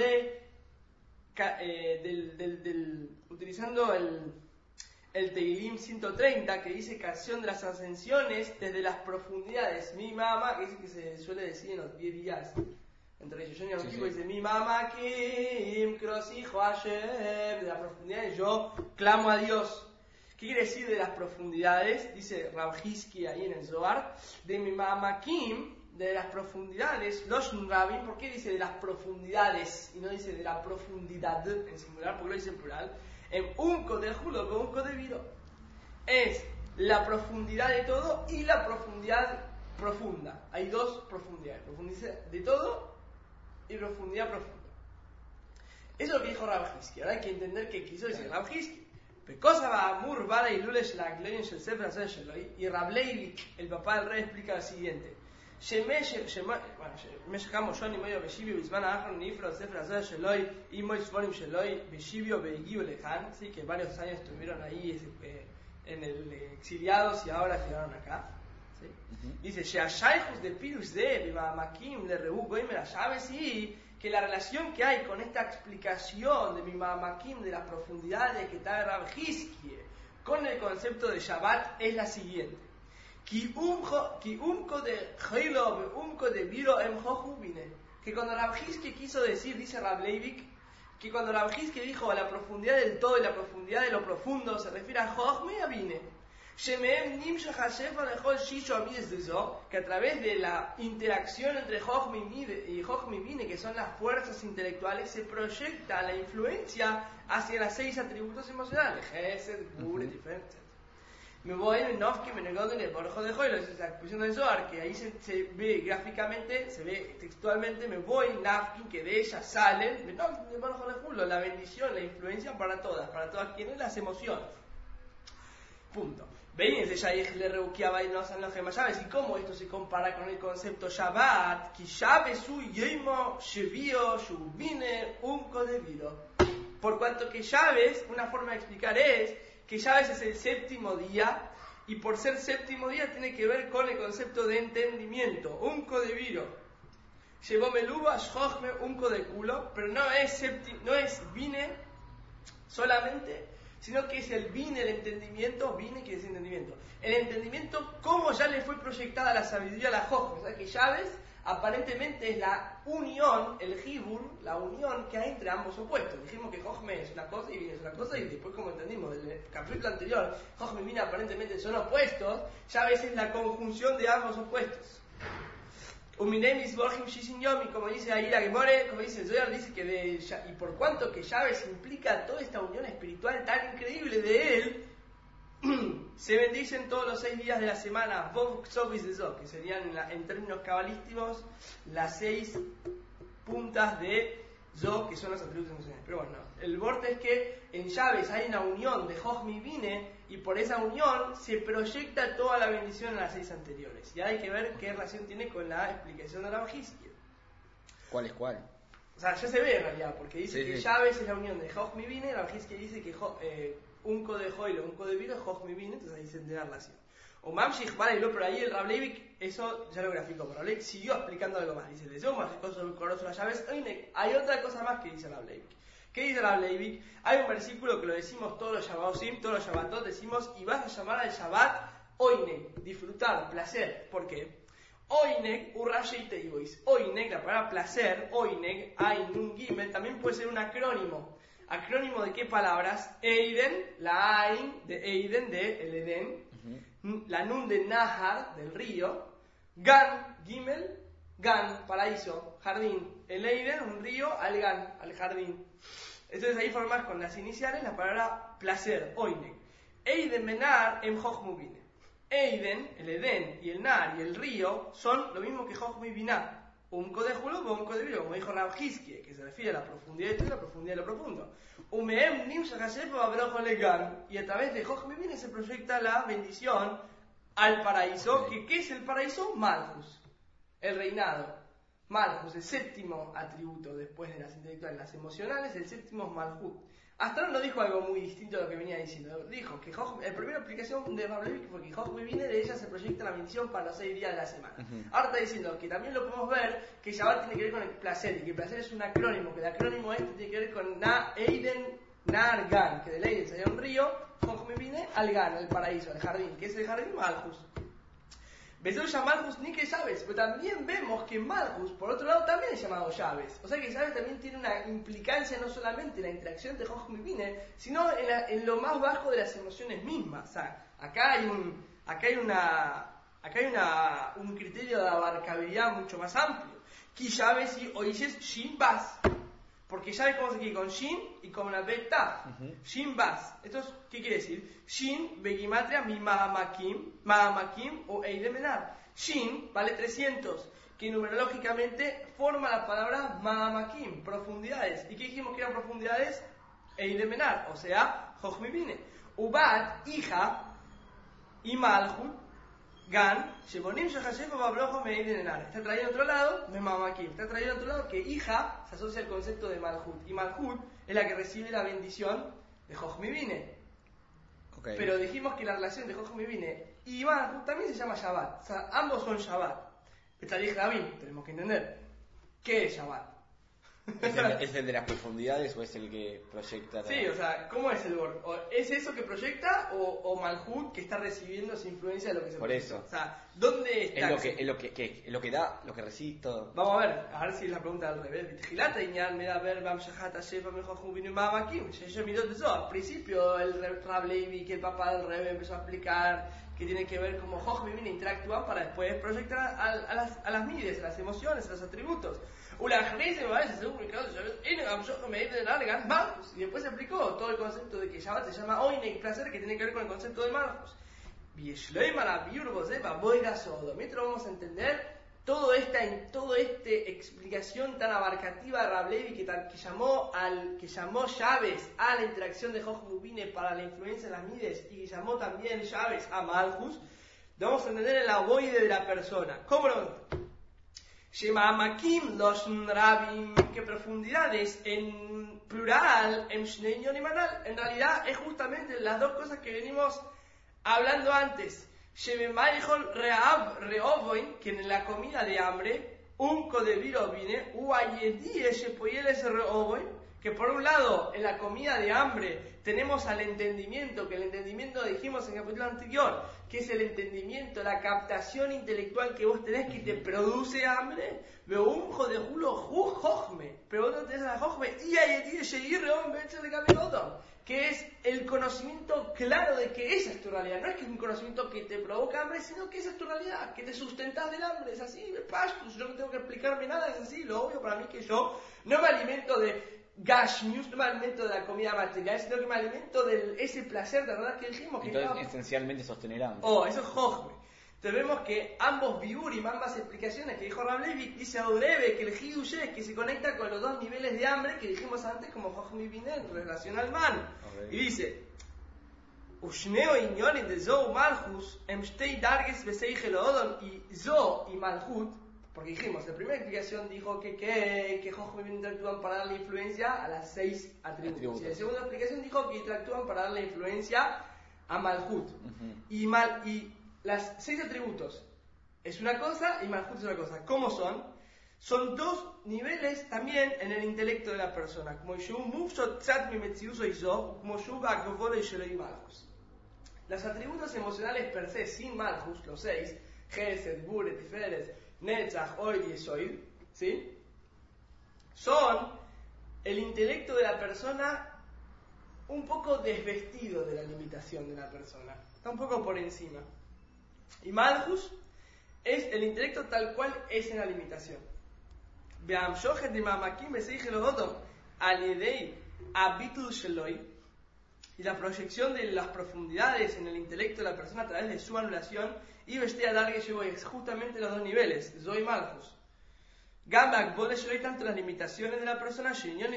B: utilizando el Teilim 130, que dice canción de las ascensiones desde las profundidades. Mi mamá, que es que se suele decir en los 10 días. Entre ellos, yo ni antiguo dice, mi mamá, Kim, Krosijo, Hashem, de las profundidades yo clamo a Dios. ¿Qué quiere decir de las profundidades? Dice Rab Hizkie ahí en el Zohar, de mi mamá, Kim, de las profundidades, los Rabin, ¿por qué dice de las profundidades y no dice de la profundidad en singular? Porque lo dice en plural. En unco de julo con unco de viro. Es la profundidad de todo y la profundidad profunda. Hay dos profundidades. Profundidad de todo y profundidad profunda. Eso es lo que dijo Rab Hizkie. Ahora hay que entender qué quiso decir Rab Hizkie. Cosa va a Amur, Vara y Lulesh la Gloria en el Sefer Sheloi. Y Rab Leivik, el papá del rey, explica lo siguiente. במשך כמה שנים היו בשיביו בזמן האחרון נפלו ספר הזה שלוי אימו ספרים שלוי בשיביו והגיעו לכאן, sí, que varios años estuvieron ahí en el exiliados y ahora llegaron acá, ¿sí? Dice שהשייכות דפירוש זה במעמקים לראו גויים השבס היא que la relación que hay con esta explicación de mi mamakim de las profundidades que trae Rab Hizkie con el concepto de Shabbat es la siguiente. Que cuando Rab Hizkie quiso decir, dice Rab Leivik, que cuando Rab Hizkie dijo a la profundidad del todo y la profundidad de lo profundo, se refiere a Jochme Abine, que a través de la interacción entre Jochme y Bine, que son las fuerzas intelectuales, se proyecta la influencia hacia las 6 atributos emocionales, Gesed, Gure, diferentes. Me voy en Nofki, Menegón, el Borjo de Joylo, es la exposición del Zohar, que ahí se ve gráficamente, se ve textualmente, me voy, Nafkin, que de ella salen, el Borjo de Joylo, la bendición, la influencia para todas quienes, las emociones. Punto. Veis, ella le reuquiaba y no san los gemayabes, y cómo esto se compara con el concepto Shabbat, que Shabesu, Yeimo, Shevio, Shubine, Unco de Viro. Por cuanto que Shabes, una forma de explicar es, que Shabbat es el séptimo día, y por ser séptimo día tiene que ver con el concepto de entendimiento, unco de viro. Llevó meluba, shojme, unco de culo, pero no es vine solamente, sino que es el vine, el entendimiento, vine que es entendimiento. El entendimiento, como ya le fue proyectada la sabiduría a la jojme, o sea que Shabbat aparentemente es la unión, el Hibur, la unión que hay entre ambos opuestos. Dijimos que Jochme es una cosa y Vine es una cosa, y después, como entendimos del capítulo anterior, Jochme y Vine aparentemente son opuestos, ya a veces la conjunción de ambos opuestos. Uminemis Borjim Shishin Yomi, como dice ahí la Gemore, como dice el Zohar, dice que y por cuanto que Shabbat implica toda esta unión espiritual tan increíble de él, se bendicen todos los 6 días de la semana, que serían en términos cabalísticos las 6 puntas de Zo, que son los atributos emocionales. Pero bueno, el vorte es que en llaves hay una unión de Jochmi Vine y por esa unión se proyecta toda la bendición en las 6 anteriores. Y ahora hay que ver qué relación tiene con la explicación de Rav Hizkiya.
G: ¿Cuál es cuál?
B: O sea, ya se ve en realidad, porque dice
G: Sí,
B: que
G: sí.
B: llaves es la unión de Jochmi Vine, Rav Hizkiya dice que un de Joilo, un de Vino es Jochmi Vine, entonces ahí se entiende la relación. O Mamshich Baraylo, pero ahí el Rav Leivik, eso ya lo graficó, pero Rav Leivik siguió explicando algo más. Dice, deseo más cosas coroso las llaves. Hay otra cosa más que dice Rav Leivik. ¿Qué dice Rav Leivik? Hay un versículo que lo decimos todos los Shabbatim, todos los Shabbatot, decimos, y vas a llamar al Shabbat Oineg, disfrutar, placer. ¿Por qué? Oineg, Urrashei Teibois. Oineg, la palabra placer, Oineg, Ain, Nun, Gimel, también puede ser un acrónimo. ¿Acrónimo de qué palabras? Eiden, la Ain de Eiden, de el Edén. La Nun de Nahar, del río. Gan, Gimel, Gan, paraíso, jardín. El Eiden, un río, al Gan, al jardín. Entonces ahí formas con las iniciales la palabra placer, Oineg. Eiden Menar en Jochmu Vine. Eiden, el Edén y el Nar y el río son lo mismo que Jochmu Biná. Un codejulo o un codevilo, como dijo Rav Hizkiya, que se refiere a la profundidad de esto y la profundidad de lo profundo. Umeem nim shachasef abrojo legan, y a través de Jochmi Vine se proyecta la bendición al paraíso. ¿Qué es el paraíso? Malchus, el reinado. Malchus, el séptimo atributo después de las intelectuales, las emocionales, el séptimo es Malchut. Hasta ahora no dijo algo muy distinto a lo que venía diciendo. Dijo que la primera explicación de Rav Leivik fue que Jochmi Vine, de ella se proyecta la bendición para los 6 días de la semana. Ahora está diciendo que también lo podemos ver que Shabbat tiene que ver con el placer y que el placer es un acrónimo, que el acrónimo este tiene que ver con Na Eiden Nar Gan, que del Eiden sería un río, Jochmi Vine al Gan, al paraíso, al jardín, que es el jardín Malchus. Besó ya Malchus ni que llaves, pero también vemos que Malchus, por otro lado, también es llamado llaves. O sea que llaves también tiene una implicancia no solamente en la interacción de Jochmi Vine, sino en lo más bajo de las emociones mismas. O sea, acá hay un criterio de abarcabilidad mucho más amplio. Que llaves y oyes Shin Bas. Porque llaves como se escribe con Shin y con una beta. Shin Bas. ¿Esto qué quiere decir? Shin, Begimatria, mi Mahamakim o Eidemenar. Shin vale 300, que numerológicamente forma la palabra Mahamakim, profundidades. ¿Y qué dijimos que eran profundidades? Eidemenar, o sea, Jochmi Vine. Ubat, hija, y Malchut, Gan, Shebonim Shahashem Babrojo me Eidemenar. Está traído a otro lado, me Mahamakim. Está traído a otro lado que hija se asocia al concepto de Malchut. Y Malchut es la que recibe la bendición de Jochmi Vine.
G: Okay.
B: Pero dijimos que la relación de Jochmi Vine y Malchut también se llama Shabbat. O sea, ambos son Shabbat. Betzalij Rabin, tenemos que entender. ¿Qué es Shabbat?
G: ¿Es el de las profundidades o es el que proyecta?
B: Sí, o sea, ¿cómo es el Bor? ¿Es eso que proyecta o Malchut que está recibiendo esa influencia de lo que se
G: Por
B: proyecta?
G: eso.
B: O sea, ¿dónde está?
G: Es lo que da, lo que recibe todo.
B: Vamos a ver si es la pregunta al revés. Vigilata Iñan me da ver Bam Shahata Shefa Mejochmu Vinu Mamakim. Yo miró de eso. Al principio el Rav Leivik, que el papá del Rebbe empezó a explicar que tiene que ver cómo Jochmi Vine interactúan para después proyectar a las mides, a las emociones, a los atributos. Y después se explicó todo el concepto de que Shabbat se llama Oineg, placer, que tiene que ver con el concepto de Malchus. Mientras vamos a entender toda esta explicación tan abarcativa de Rav Leivik que llamó llaves a la interacción de Jochmi Vine para la influencia de las mides y que llamó también llaves a Malchus, lo vamos a entender en la ovoide de la persona. ¿Cómo lo Shemamakim los Rabim, que profundidades en plural, en Shneñon y Manal, en realidad es justamente las dos cosas que venimos hablando antes. Shememaijol Reab Reovoin, que en la comida de hambre, un codeviro vine, Uayedie Shepoyeles Reovoin, que por un lado en la comida de hambre tenemos al entendimiento, que el entendimiento dijimos en el capítulo anterior, que es el entendimiento, la captación intelectual que vos tenés que te produce hambre, veo un jodejulo jojme, pero vos no tenés a la jojme, y ahí que es el conocimiento claro de que esa es tu realidad. No es que es un conocimiento que te provoca hambre, sino que esa es tu realidad, que te sustentás del hambre. Es así, pues yo no tengo que explicarme nada, es así. Lo obvio para mí que yo no me alimento de Gashmius, no me alimento de la comida material, sino que me alimento de ese placer de verdad que dijimos. Que
G: entonces, esencialmente sostener hambre.
B: Eso es Jochme. Entonces vemos que ambos biurim, ambas explicaciones que dijo Rav Levi, dice breve que el hidush es que se conecta con los dos niveles de hambre que dijimos antes como Jochmi Binah en relación al man. Y dice, Ushneo inyonim de Zo Malchus, Emstei Darges Beseichel Odon, y Zo y Malchut, porque dijimos, la primera explicación dijo que Jochmi Binah interactúan para darle influencia a las 6 atributos. Y la segunda explicación dijo que interactúan para darle influencia a Malchut. Y las 6 atributos es una cosa y Malchut es una cosa. ¿Cómo son? Son dos niveles también en el intelecto de la persona. Como los atributos emocionales per se, sin Malchut, los 6, Gesed, Gvul, Tiferet, Netzach, Oid y Esoid, ¿sí? Son el intelecto de la persona un poco desvestido de la limitación de la persona. Está un poco por encima. Y Malchus es el intelecto tal cual es en la limitación. Y la proyección de las profundidades en el intelecto de la persona a través de su anulación y vestir a darle es justamente los dos niveles, Zoy y Malchus. Gambak vole y tanto las limitaciones de la persona,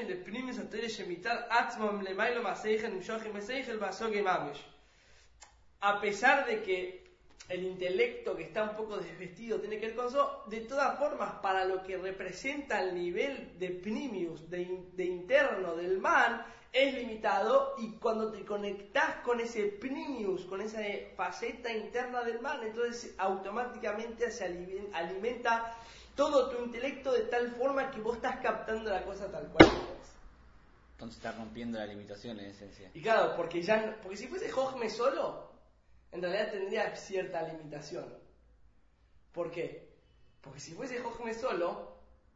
B: a pesar de que el intelecto que está un poco desvestido tiene que ver con eso, de todas formas, para lo que representa el nivel de pnimius, de interno del man, es limitado, y cuando te conectás con ese pnimius, con esa faceta interna del man, entonces automáticamente se alimenta todo tu intelecto de tal forma que vos estás captando la cosa tal cual es.
G: Entonces está rompiendo la limitación en esencia.
B: Y claro, porque si fuese Jochme solo, en realidad tendría cierta limitación. ¿Por qué? Porque si fuese Jochme solo,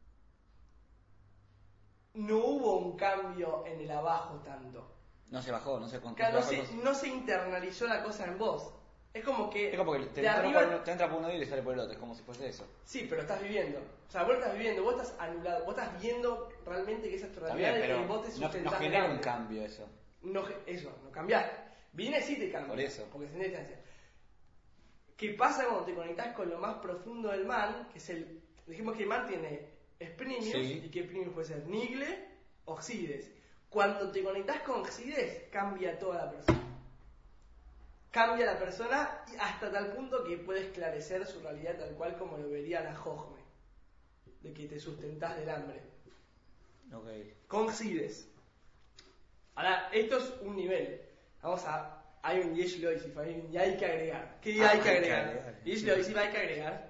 B: no hubo un cambio en el abajo tanto.
G: No se bajó, no se
B: claro, no se internalizó la cosa en vos. Es como que
G: te entra por uno y le sale por el otro, es como si fuese eso.
B: Sí, pero estás viviendo. O sea, vos estás viviendo, vos estás anulado, vos estás viendo realmente que esa es tu realidad.
G: Bien, pero
B: y vos te sustentás.
G: no genera un cambio eso.
B: No cambiás. Viene sí te cambia.
G: Por eso.
B: Porque se distancia. ¿Qué pasa cuando te conectás con lo más profundo del man? Que es dijimos que el man tiene Spnimius,
G: sí.
B: Y que Spnimius puede ser Nigle o Xydes. Cuando te conectás con Xydes, cambia toda la persona. Cambia la persona y hasta tal punto que puede esclarecer su realidad tal cual como lo vería la Jochme, de que te sustentás del hambre.
G: Okay.
B: Con Xydes. Ahora, esto es un nivel. Hay un Yesh Loisif, y hay que agregar. ¿Qué hay que agregar? Yesh Loisif hay que agregar.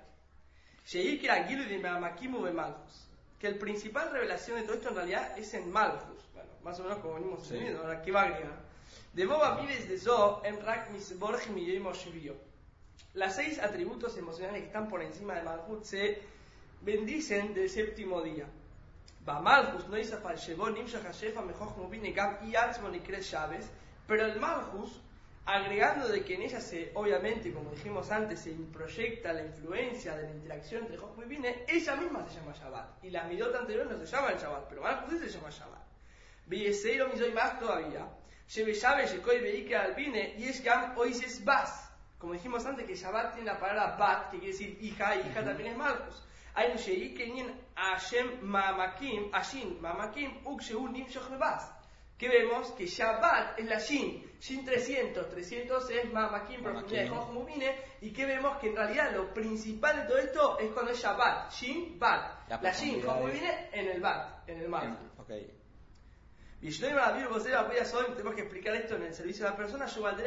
B: Que el principal revelación de todo esto en realidad es en Malchus. Bueno, más o menos como venimos entendiendo. Ahora, ¿qué va a agregar? De Boba vives de Zo en Rak Misborg Miyemo Shivio. Las 6 atributos emocionales que están por encima de Malchut se bendicen del séptimo día. Va Malchus no hizo falshevon nimshach hashefa mejor mubine gam y atzmo nikres Shabbos. Pero el Malchus, agregando de que en ella obviamente, como dijimos antes, se proyecta la influencia de la interacción entre Jochme y Bine, ella misma se llama Shabbat. Y las midot anteriores no se llaman Shabbat, pero Malchus se llama Shabbat. Villeseiro misoy más todavía. Lleve Shabbat, Shekoy Beike Albine, y es Gam Oises Bas. Como dijimos antes, que Shabbat tiene la palabra Bat, que quiere decir hija, y hija también es Malchus. Hay un Shei Kenyin Hashem Mamakim, Ashin Mamakim, Uksheun Nim Shochme Bas. Que vemos que Shabbat es la Shin 300 es Mamakim, profundidad de Jochme Ubine, y que vemos que en realidad lo principal de todo esto es cuando es Shabbat, Shin, Bat. La Shin, Jochme Ubine en el Bat, en el Malchus.
G: Okay.
B: Y tenemos que explicar esto en el servicio de la persona.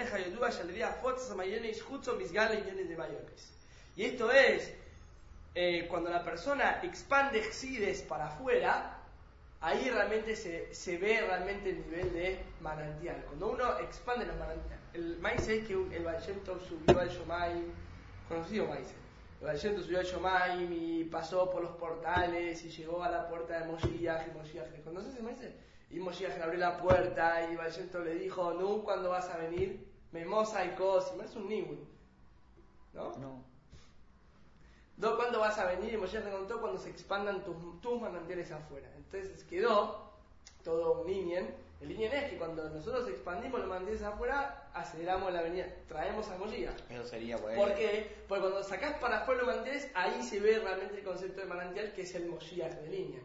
B: Y esto es cuando la persona expande Xydes para afuera, ahí realmente se ve realmente el nivel de manantial. Cuando uno expande los manantiales, el maíz es que el Baal Shem Tov subió al Shomayim, conocido maíz. El Baal Shem Tov subió al Shomayim y pasó por los portales y llegó a la puerta de Moshiach, y Moshiach le conoces el maíz. Y Moshiach le abrió la puerta y Baal Shem Tov le dijo, no, ¿cuándo vas a venir? Memosa y Kos, y es un nigun, ¿no? No, ¿cuándo vas a venir? Y Moshiach le contó cuando se expandan tus manantiales afuera. Entonces quedó todo un linien. El linien es que cuando nosotros expandimos los manantiales afuera, aceleramos la avenida, traemos a Moshiach.
G: Eso sería bueno.
B: ¿Por qué? Porque cuando sacás para afuera los manantiales, ahí se ve realmente el concepto de manantial, que es el Moshiach de linien.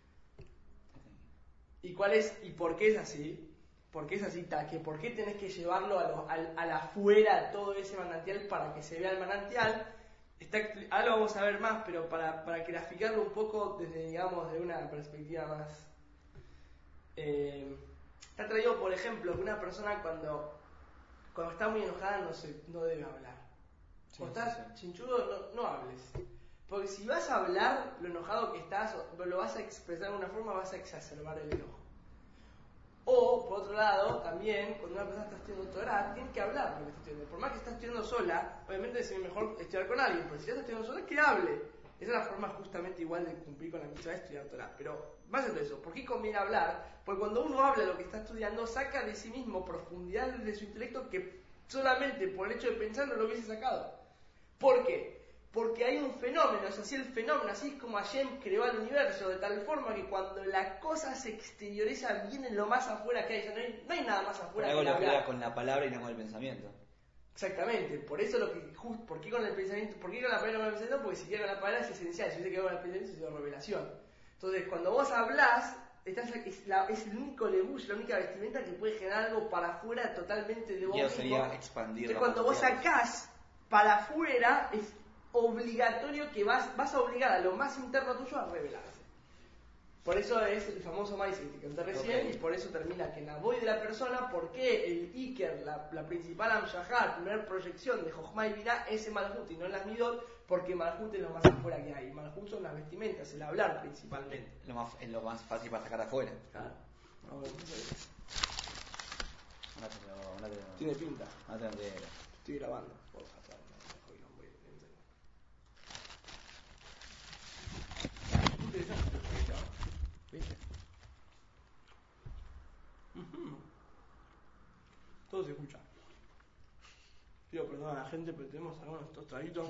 B: ¿Y cuál es? ¿Y por qué es así? ¿Por qué es así, Taque? ¿Por qué tenés que llevarlo a la afuera todo ese manantial para que se vea el manantial? Ahora lo vamos a ver más, pero para graficarlo un poco desde, digamos, de una perspectiva más... está traído, por ejemplo, que una persona cuando está muy enojada no debe hablar. Cuando estás chinchudo, no hables. Porque si vas a hablar lo enojado que estás, lo vas a expresar de una forma, vas a exacerbar el enojo. O, por otro lado, también, cuando una persona está estudiando Torah, tiene que hablar de lo que está estudiando. Por más que está estudiando sola, obviamente es mejor estudiar con alguien, pero si ya está estudiando sola, que hable. Esa es la forma justamente igual de cumplir con la mitzvah de estudiar Torah. Pero, más allá de eso, ¿por qué conviene hablar? Porque cuando uno habla de lo que está estudiando, saca de sí mismo profundidades de su intelecto que solamente por el hecho de pensar no lo hubiese sacado. ¿Por qué? Porque hay un fenómeno, es así el fenómeno, así es como Hashem creó el universo, de tal forma que cuando la cosa se exterioriza viene lo más afuera que hay, o sea, no hay nada más afuera que
G: algo lo
B: hablar.
G: crea con la palabra y no con el pensamiento.
B: Exactamente, por eso ¿por qué con el pensamiento? ¿Por qué con la palabra y no con el pensamiento? Porque si queda con la palabra es esencial, si hubiese quedado con el pensamiento se dio revelación. Entonces, cuando vos hablás, es el único lebush, la única vestimenta que puede generar algo para afuera totalmente de vos
G: Y eso
B: mismo.
G: sería expandir.
B: Entonces, cuando vos sacás para afuera, es obligatorio que vas a obligar a lo más interno tuyo a revelarse. Por eso es el famoso maíz que conté recién, y por eso termina que en la voz de la persona, porque el Iker, la principal Amshahá, la primera proyección de Jochma y Birá es en Malhut y no en las Midot, porque Malhut es lo más afuera que hay. Malhut son las vestimentas, el hablar principalmente.
G: Es lo más fácil para sacar afuera.
B: Claro.
G: Ahora
B: Tiene pinta.
G: te
B: Estoy grabando. ¿Viste? Todo se escucha. Pido perdón a la gente, pero tenemos algunos estos traguitos.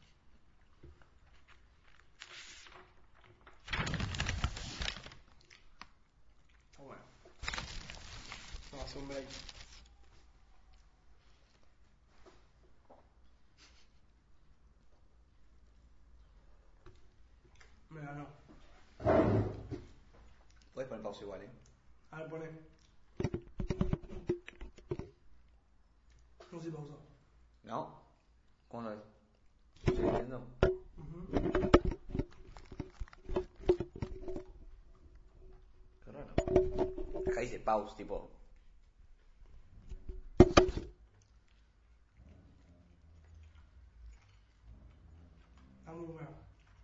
B: Está bueno. Vamos a hacer un break. Me ganó.
G: Puedes poner pausa igual,
B: A ver, poné. No se pausó.
G: ¿No? ¿Cómo no es? ¿Estoy diciendo? Qué raro. Acá dice pause, tipo.
B: Está muy bueno.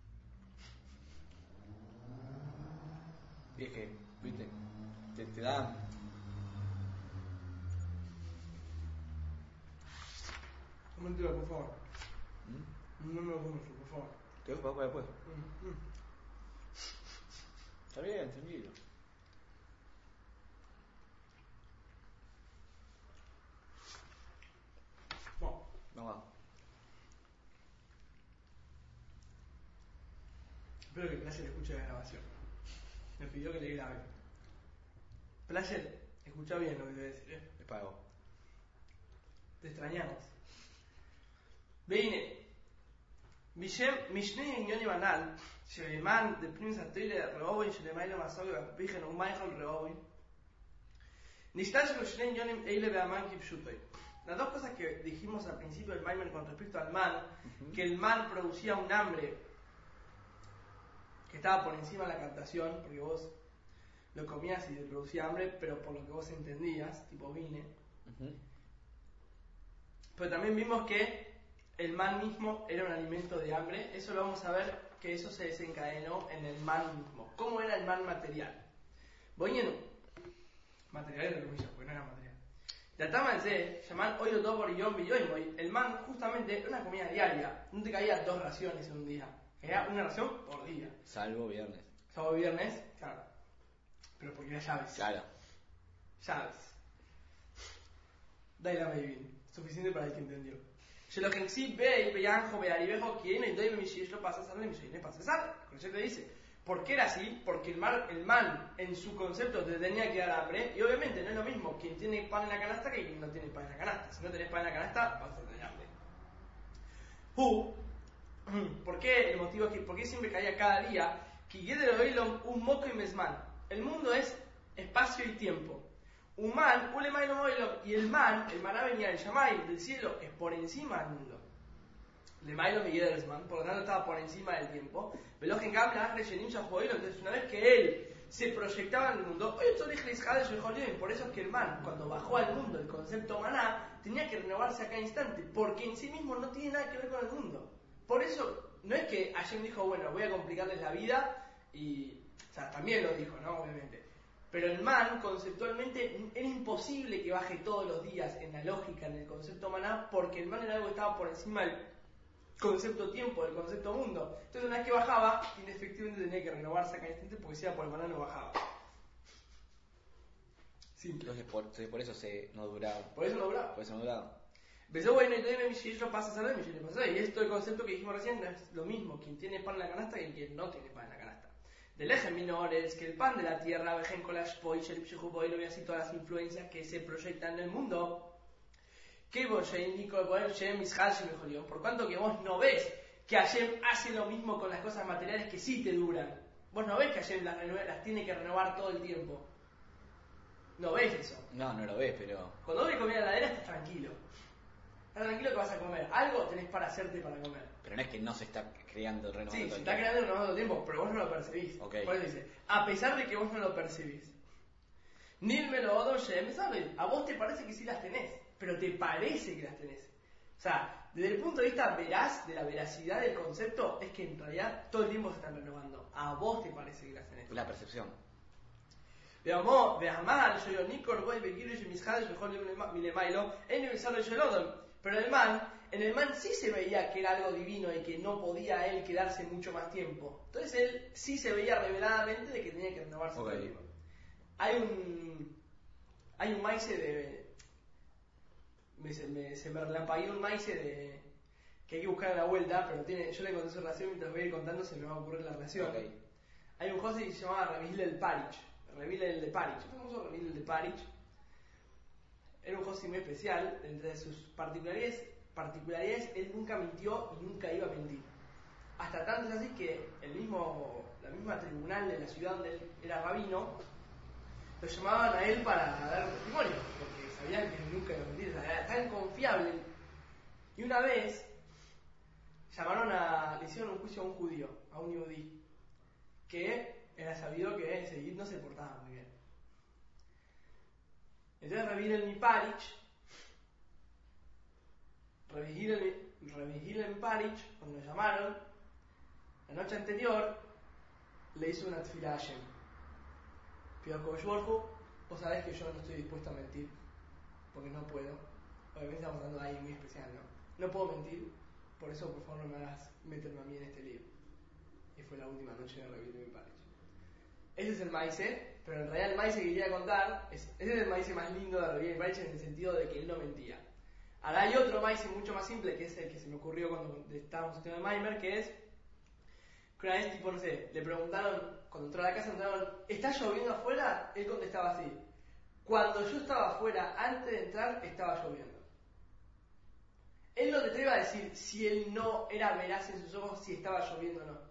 G: Y es que, viste, te da.
B: Coméntelo, por favor. No me lo pongas, por favor.
G: Te dejo para después. Está bien, tranquilo. No va.
B: Espero que Placer escuche la grabación. Me pidió que le grabe. Placer, escucha bien lo que te voy a decir,
G: Te pago.
B: Te extrañamos. והנה, משני עניונים הנ"ל, שלמען דפנים סטרילה ראוי שלמעלה מסוג רביכן ומייכל ראוי, נשתמשו שני עניונים אלה והמן כפשוטו. Las dos cosas que dijimos al principio del Maimer con respecto al man, que el man producía un hambre que estaba por encima de la captación, porque vos lo comías y te producía hambre, pero por lo que vos entendías, tipo vine. Pero también vimos que el man mismo era un alimento de hambre. Eso lo vamos a ver, que eso se desencadenó en el man mismo. ¿Cómo era el man material? Boñenu. Material entre comillas, porque no era material. Trataban de llamar hoy todo por guión billoin. El man justamente era una comida diaria. No te caía 2 raciones en un día. Era una ración por día.
G: Salvo viernes.
B: Sábado y viernes, claro. Pero porque era llaves.
G: Claro.
B: Llaves. Daila Mayvin. Suficiente para el que entendió. שלא כנסי בי ביאנכו בעריבך כי אין ידוי במשי יש לו פס הסר למשי אין פס הסר. כמו שאתה dice, ¿Por qué era así? Porque el man en su concepto te tenía que dar hambre, y obviamente no es lo mismo quien tiene pan en la canasta que quien no tiene pan en la canasta. Si no tenés pan en la canasta, vas a tener hambre. ¿Por qué? El motivo es que, ¿por qué siempre caía cada día? Un moco y mesman. El mundo es espacio y tiempo. Human, y el maná venía del Yamai, del cielo, es por encima del mundo. Le Mailo Miguelsman, por lo tanto estaba por encima del tiempo. Entonces, una vez que él se proyectaba en el mundo, por eso es que el man, cuando bajó al mundo el concepto maná, tenía que renovarse a cada instante, porque en sí mismo no tiene nada que ver con el mundo. Por eso, no es que Hashem dijo, bueno, voy a complicarles la vida, y, o sea, también lo dijo, ¿no? Obviamente. Pero el man, conceptualmente, era imposible que baje todos los días en la lógica, en el concepto maná, porque el man era algo que estaba por encima del concepto tiempo, del concepto mundo. Entonces una vez que bajaba, efectivamente tenía que renovarse a cada instante porque si era por el maná no bajaba. Simple.
G: Entonces por eso no duraba.
B: Por eso no duraba.
G: Por eso no duraba.
B: Pero bueno, entonces pasa a ser de y esto el concepto que dijimos recién es lo mismo, quien tiene pan en la canasta que quien no tiene pan en la canasta. Del eje menor es que el pan de la tierra, vejen con las poich, el pshijuboy, lo voy a decir todas las influencias que se proyectan en el mundo. Por cuanto que vos no ves que Hashem hace lo mismo con las cosas materiales que sí te duran. Vos no ves que Hashem las tiene que renovar todo el tiempo. No ves eso.
G: No lo ves, pero...
B: Cuando vos comida en la heladera estás tranquilo. Estás tranquilo que vas a comer. Algo tenés para hacerte para comer.
G: Pero no es que no se está creando, renovando.
B: Sí, se está creando renovando todo el tiempo, pero vos no lo percibís.
G: Okay.
B: Por eso dice, a pesar de que vos no lo percibís. A vos te parece que sí las tenés, pero te parece que las tenés. O sea, desde el punto de vista veraz, de la veracidad del concepto, es que en realidad todo el tiempo se están renovando. A vos te parece que las tenés.
G: La percepción.
B: Pero en el man sí se veía que era algo divino y que no podía él quedarse mucho más tiempo. Entonces él sí se veía reveladamente de que tenía que renovarse todo el tiempo. Hay un maíz de... Se me relampagué un maíz de... que hay que buscar a la vuelta, pero yo le conté su relación, mientras voy a ir contando se me va a ocurrir la relación.
G: Okay.
B: Hay un José que se llamaba Rabbi Hillel Parich. El famoso Rabbi Hillel de Parich. Era un José muy especial. Entre sus particularidades, él nunca mintió y nunca iba a mentir. Hasta tanto es así que la misma tribunal de la ciudad donde él era rabino lo llamaban a él para dar testimonio, porque sabían que nunca iba a mentir, era tan confiable. Y una vez le hicieron un juicio a un judío, a un yudí, que era sabido que ese yid no se portaba muy bien. Entonces Rabbi Hillel Parich, cuando lo llamaron, la noche anterior, le hizo una tefilá a Hashem. Pido a Kodesh Baruj, vos sabés que yo no estoy dispuesto a mentir, porque no puedo. Obviamente estamos hablando de alguien muy especial, ¿no? No puedo mentir, por eso por favor no me hagas meterme a mí en este lío. Y fue la última noche de Rabbi Hillel Parich. Ese es el maíce, pero en realidad el maíce que quería contar, ese es el maíce más lindo de Rabbi Hillel Parich en el sentido de que él no mentía. Ahora hay otro maíce mucho más simple, que es el que se me ocurrió cuando estábamos estudiando Maimer, que es que una vez, tipo, no sé, le preguntaron, cuando entró a la casa, ¿está lloviendo afuera? Él contestaba así: cuando yo estaba afuera, antes de entrar, estaba lloviendo. Él no te iba a decir si él no era veraz en sus ojos, si estaba lloviendo o no.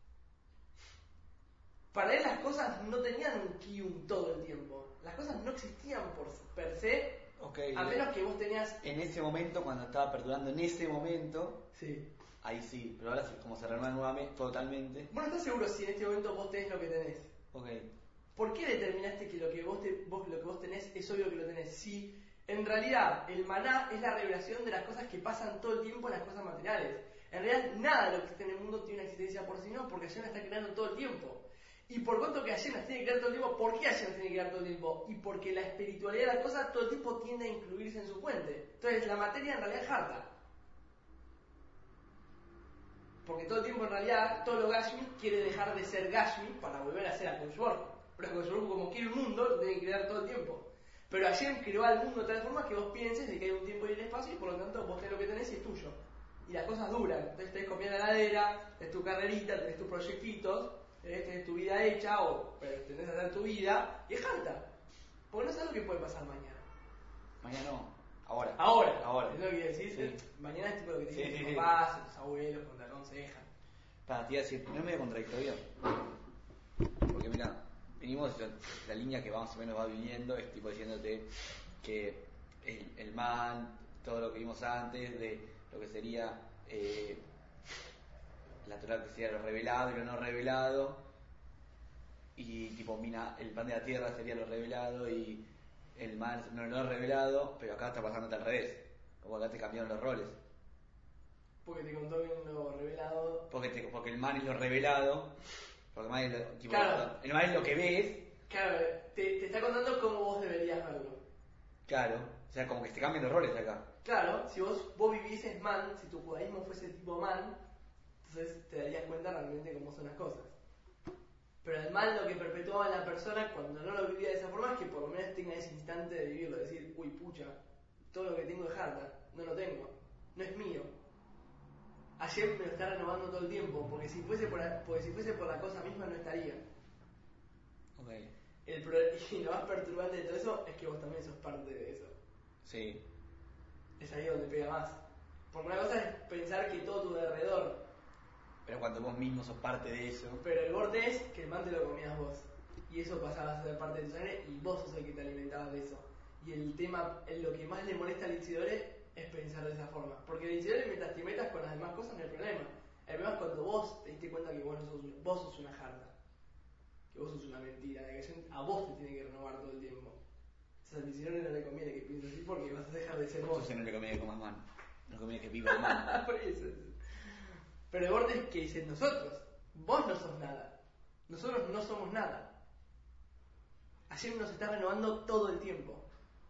B: Para él las cosas no tenían un kiyum todo el tiempo. Las cosas no existían por per se, a menos que vos tenías...
G: En ese momento, cuando estaba perdurando, en ese momento...
B: Sí.
G: Ahí sí, pero ahora como se renueva nuevamente, totalmente...
B: Vos no estás seguro si en este momento vos tenés lo que tenés. ¿Por qué determinaste que lo que vos tenés es obvio que lo tenés? Si en realidad el maná es la revelación de las cosas que pasan todo el tiempo en las cosas materiales. En realidad nada de lo que está en el mundo tiene una existencia por sí mismo, porque Hashem la está creando todo el tiempo. Y por cuanto que Hashem las tiene que crear todo el tiempo, ¿por qué Hashem las tiene que crear todo el tiempo? Y porque la espiritualidad de las cosas todo el tiempo tiende a incluirse en su fuente. Entonces la materia en realidad es harta. Porque todo el tiempo en realidad todo lo Gashmi quiere dejar de ser Gashmi para volver a ser Kodesh Baruj. Pero Kodesh Baruj, como quiere un mundo, lo tiene que crear todo el tiempo. Pero Hashem creó al mundo de tal forma que vos pienses de que hay un tiempo y un espacio y por lo tanto vos tenés lo que tenés y es tuyo. Y las cosas duran. Entonces tenés comida en la heladera, tenés tu carrerita, tenés tus proyectitos. tenés tu vida hecha o tenés que hacer tu vida y es harta. Porque no sabes lo que puede pasar mañana.
A: Mañana no, ahora.
B: Ahora. Es lo que decís.
A: Sí.
B: Mañana es tipo lo que te dicen
A: Sí,
B: tus
A: sí,
B: papás, tus abuelos, cuando te aconsejan.
G: Para ti decir, no es medio contradictorio. Porque mira, venimos, la línea que más o menos va viniendo es tipo diciéndote que el man, todo lo que vimos antes, de lo que sería la Torah, que sería lo revelado y lo no revelado, y tipo mina, el pan de la tierra sería lo revelado y el man no lo revelado, pero acá está pasándote al revés, como acá te cambiaron los roles.
B: Porque te contó bien lo revelado.
G: Porque el man es lo revelado, porque el man es lo, tipo,
B: Claro.
G: el man es lo que ves.
B: Claro, te está contando cómo vos deberías verlo.
G: Claro, o sea, como que te cambian los roles acá.
B: Claro, si vos vivieses man, si tu judaísmo fuese tipo man, entonces te darías cuenta realmente cómo son las cosas. Pero el mal lo que perpetuaba en la persona cuando no lo vivía de esa forma es que por lo menos tenga ese instante de vivirlo, de decir, uy pucha, todo lo que tengo es harta, no lo tengo, no es mío. Ayer me lo está renovando todo el tiempo, porque si fuese por la cosa misma no estaría.
G: Okay.
B: Y lo más perturbante de todo eso es que vos también sos parte de eso.
G: Sí.
B: Es ahí donde pega más. Porque una cosa es pensar que todo tu alrededor,
G: Pero cuando vos mismo sos parte de eso.
B: pero el borde es que el man te lo comías vos. Y eso pasaba a ser parte de tu sangre y vos sos el que te alimentabas de eso. Y el tema, lo que más le molesta al Itzidore es pensar de esa forma. Porque el Itzidore, mientras te metas con las demás cosas, no hay problema. El problema es cuando vos te diste cuenta que vos sos una jarta. Que vos sos una mentira. De que a vos te tiene que renovar todo el tiempo. O sea, al Itzidore no le conviene que pienses así porque vas a dejar de ser vos.
G: Entonces no le conviene que comas man. No le conviene que vivas man.
B: Por eso. Pero el borde es que dicen nosotros. Vos no sos nada. Nosotros no somos nada. Hashem nos está renovando todo el tiempo.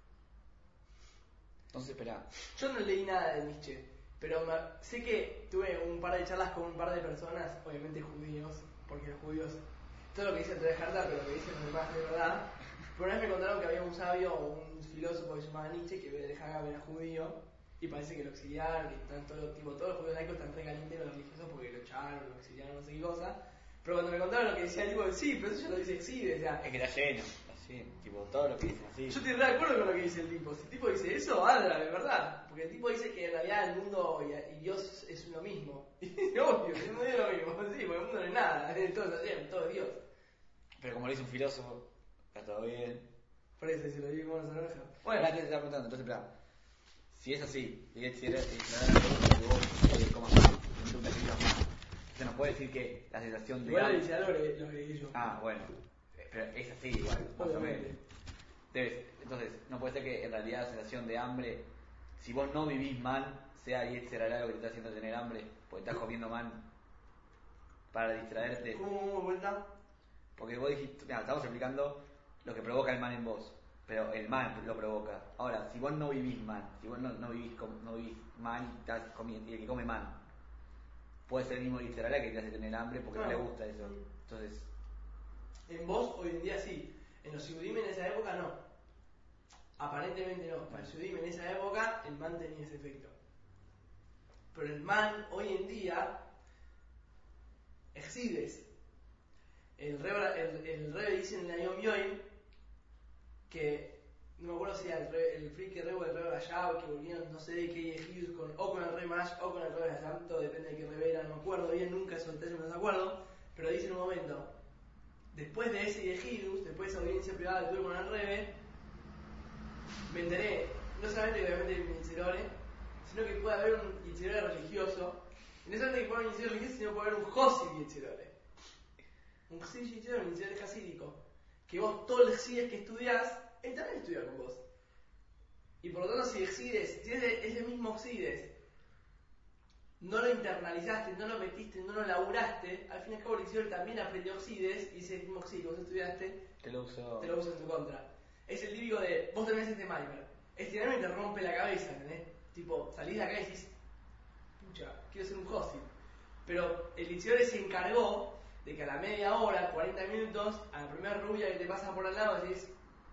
G: Entonces, espera.
B: Yo no leí nada de Nietzsche, pero sé que tuve un par de charlas con un par de personas, obviamente judíos, porque los judíos, todo lo que dicen te deja harta, pero lo que dicen los demás de verdad. Pero una vez me contaron que había un sabio o un filósofo que se llamaba Nietzsche, que el Hagam era judío, y parece que lo exiliaron, y están todos los judíos laicos están re calientes los religiosos porque lo echaron, lo exiliaron, no sé qué cosa. Pero cuando me contaron lo que decía, digo, sí, pero eso ya lo dice Exide, o sea,
G: Es que está lleno. Así, tipo, todo lo que dicen así.
B: yo estoy re de acuerdo con lo que dice el tipo. Si el tipo dice eso, anda, de verdad. Porque el tipo dice que en realidad el mundo y Dios es lo mismo. Y obvio, el mundo es lo mismo. Sí, porque el mundo no es nada. Todo es Hashem, todo es Dios.
G: Pero como lo dice un filósofo, está todo bien.
B: Por eso se lo digo como una naranja.
G: Bueno, la gente se está preguntando, entonces, espera. Si es así, y es decir, que vos comas más, no te gusta que vivas más. Se nos puede decir que la sensación de.
B: Igual dice algo lo leí yo.
G: Ah, bueno. Pero es así igual, más o menos.
B: Obviamente.
G: Entonces, no puede ser que en realidad la sensación de hambre, si vos no vivís mal, sea y será algo que te está haciendo tener hambre, porque estás comiendo mal para distraerte.
B: ¿Cómo vuelta?
G: Porque vos dijiste, mira, estamos explicando lo que provoca el mal en vos, pero el mal lo provoca. Ahora, si vos no vivís mal, si vos no vivís mal y estás comiendo, y el que come mal, puede ser el mismo visceral que te hace tener hambre porque no le gusta eso. Entonces,
B: En vos hoy en día sí. En los Yudim en esa época no. Aparentemente no. Para el Yudim en esa época el man tenía ese efecto. Pero el man hoy en día exhibes. El Rebbe dice en el Ayom Yoim que no me acuerdo si era el Frike Rebbe o el Rebbe Rayab, que volvieron no sé de qué Yehidus o con el Rebbe Mash o con el Rebbe Rayab, todo depende de qué Rebbe era, no me acuerdo bien, nunca esos detalles me los acuerdo, pero dice en un momento, después de ese Yehidus, después de esa audiencia privada que tuve con el Rebbe, me enteré, no solamente que obviamente hay un Yitzhirore, sino que puede haber un Yitzhirore religioso, y no solamente que puede haber un Yitzhirore religioso, sino que puede haber un Josid Yitzhirore. Un Josid Yitzhirore, un Yitzhirore hasídico, que vos todos los Jesides que estudiás, él también estudia con vos. Y por lo tanto, si Exides, si ese mismo Exides, no lo internalizaste, no lo metiste, no lo laburaste, al fin y al cabo el Yitzhirore también aprendió Exides, y ese mismo Exides que vos estudiaste,
G: te lo uso
B: en tu contra. Es el típico de, vos tenés este Maimer, este Maimer te rompe la cabeza, ¿entendés? Tipo, salís de acá y decís, pucha, quiero ser un Josid. Pero el Yitzhirore se encargó de que a la media hora, 40 minutos, a la primera rubia que te pasa por al lado decís,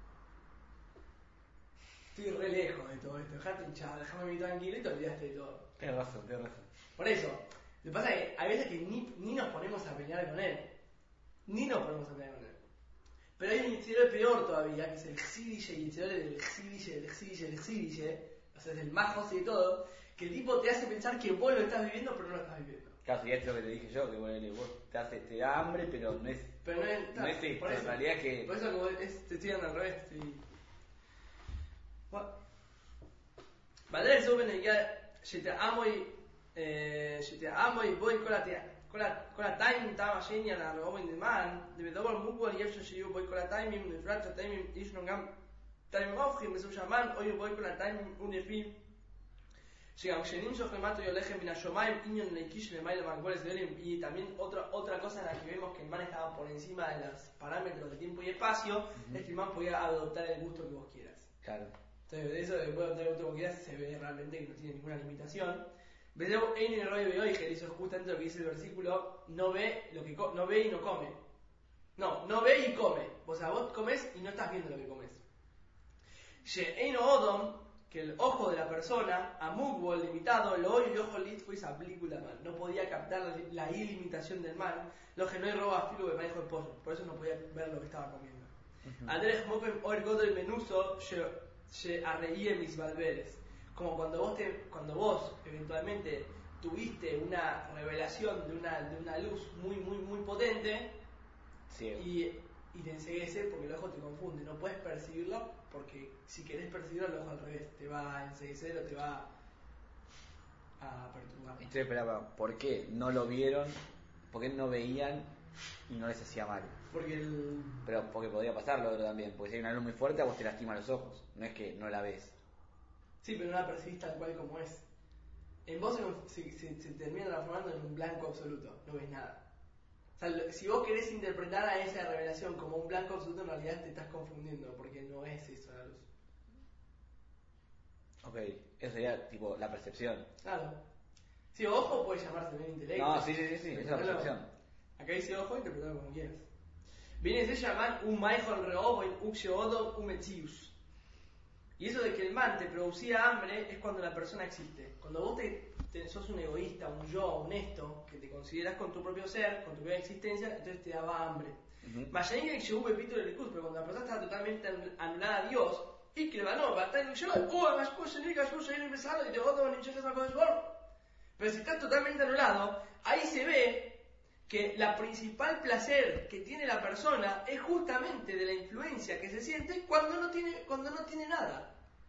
B: estoy re lejos de todo esto, dejate hinchado, déjame vivir tranquilo y te olvidaste de todo.
G: Tienes razón.
B: Por eso, lo que pasa es que hay veces que ni nos ponemos a pelear con él. Ni nos podemos entender con él. Pero hay un Itzirol peor todavía, que es el Xidille, y Itzirol es el Xidille, o sea, es el más José de todo, que el tipo te hace pensar que vos lo estás viviendo, pero no lo estás viviendo.
G: Claro, y esto es lo que te dije yo, que bueno, vos te da hambre, pero no es.
B: Pero no es,
G: no es esto,
B: por eso,
G: en realidad es que.
B: Por eso como te estoy dando al revés, Vale, eso viene ya, שתעמוי בוי כל הטיימים טעם השני על הרעום נאמן, ובדובר מוגבל יפשר שיהיו בוי כל הטיימים, בפרט שהטיימים ישנו גם טיימים הופכים, בסוף שהמן, או יהיו בוי כל הטיימים ונפים, שגם כשנמשוך למטה יולכם מן השמיים, עניין להקיש למעלה מהגבולת גדולים, y también otra cosa en la que vemos que el man estaba por encima de los parámetros de tiempo y espacio, es que el man podía adoptar el gusto que vos quieras.
G: Claro.
B: Entonces, de eso de poder adoptar el gusto que vos quieras se ve realmente que no tiene ninguna limitación. Veo en el rollo de hoy, que hizo justamente lo que dice el versículo, no ve y no come. No ve y come. O sea, vos comes y no estás viendo lo que comes. She'eino Odom, que el ojo de la persona, Amugbo, limitado, lo oyo y ojo lit fue esa película mal. No podía captar la ilimitación del mal. Lo que no hay roba filo de manejo de pollo. Por eso no podía ver lo que estaba comiendo. Andrés Mokem oer godo y menuso, she arreíe mis valveres. Como cuando vos eventualmente tuviste una revelación de una luz muy potente y te enceguece porque el ojo te confunde, no puedes percibirlo porque si querés percibirlo el ojo al revés, te va a enceguecer o te va a perturbar.
G: Entonces, esperaba, ¿por qué no lo vieron? ¿Por qué no veían y no les hacía mal? Pero porque podría pasar lo otro también, porque si hay una luz muy fuerte a vos te lastima los ojos, no es que no la ves.
B: Sí, pero no la percibís tal cual como es. En vos se termina transformando en un blanco absoluto, no ves nada. O sea, si vos querés interpretar a esa revelación como un blanco absoluto, en realidad te estás confundiendo, porque no es eso la luz.
G: Ok, eso sería tipo la percepción.
B: Claro. Sí, ojo puede llamarse bien intelecto.
G: No, sí, es la percepción.
B: Acá dice ojo, interpretalo como quieras. Viene se llaman un maihon reobo en uxeodo umetzius. Y eso de que el man te producía hambre es cuando la persona existe. Cuando vos sos un egoísta, un yo honesto, que te consideras con tu propio ser, con tu propia existencia, entonces te daba hambre. Mayanín que llegó Pepito del Licus, pero cuando la persona estaba totalmente anulada a Dios, y que va, no, pero si estás totalmente anulado, ahí se ve que la principal placer que tiene la persona es justamente de la influencia que se siente cuando no tiene nada.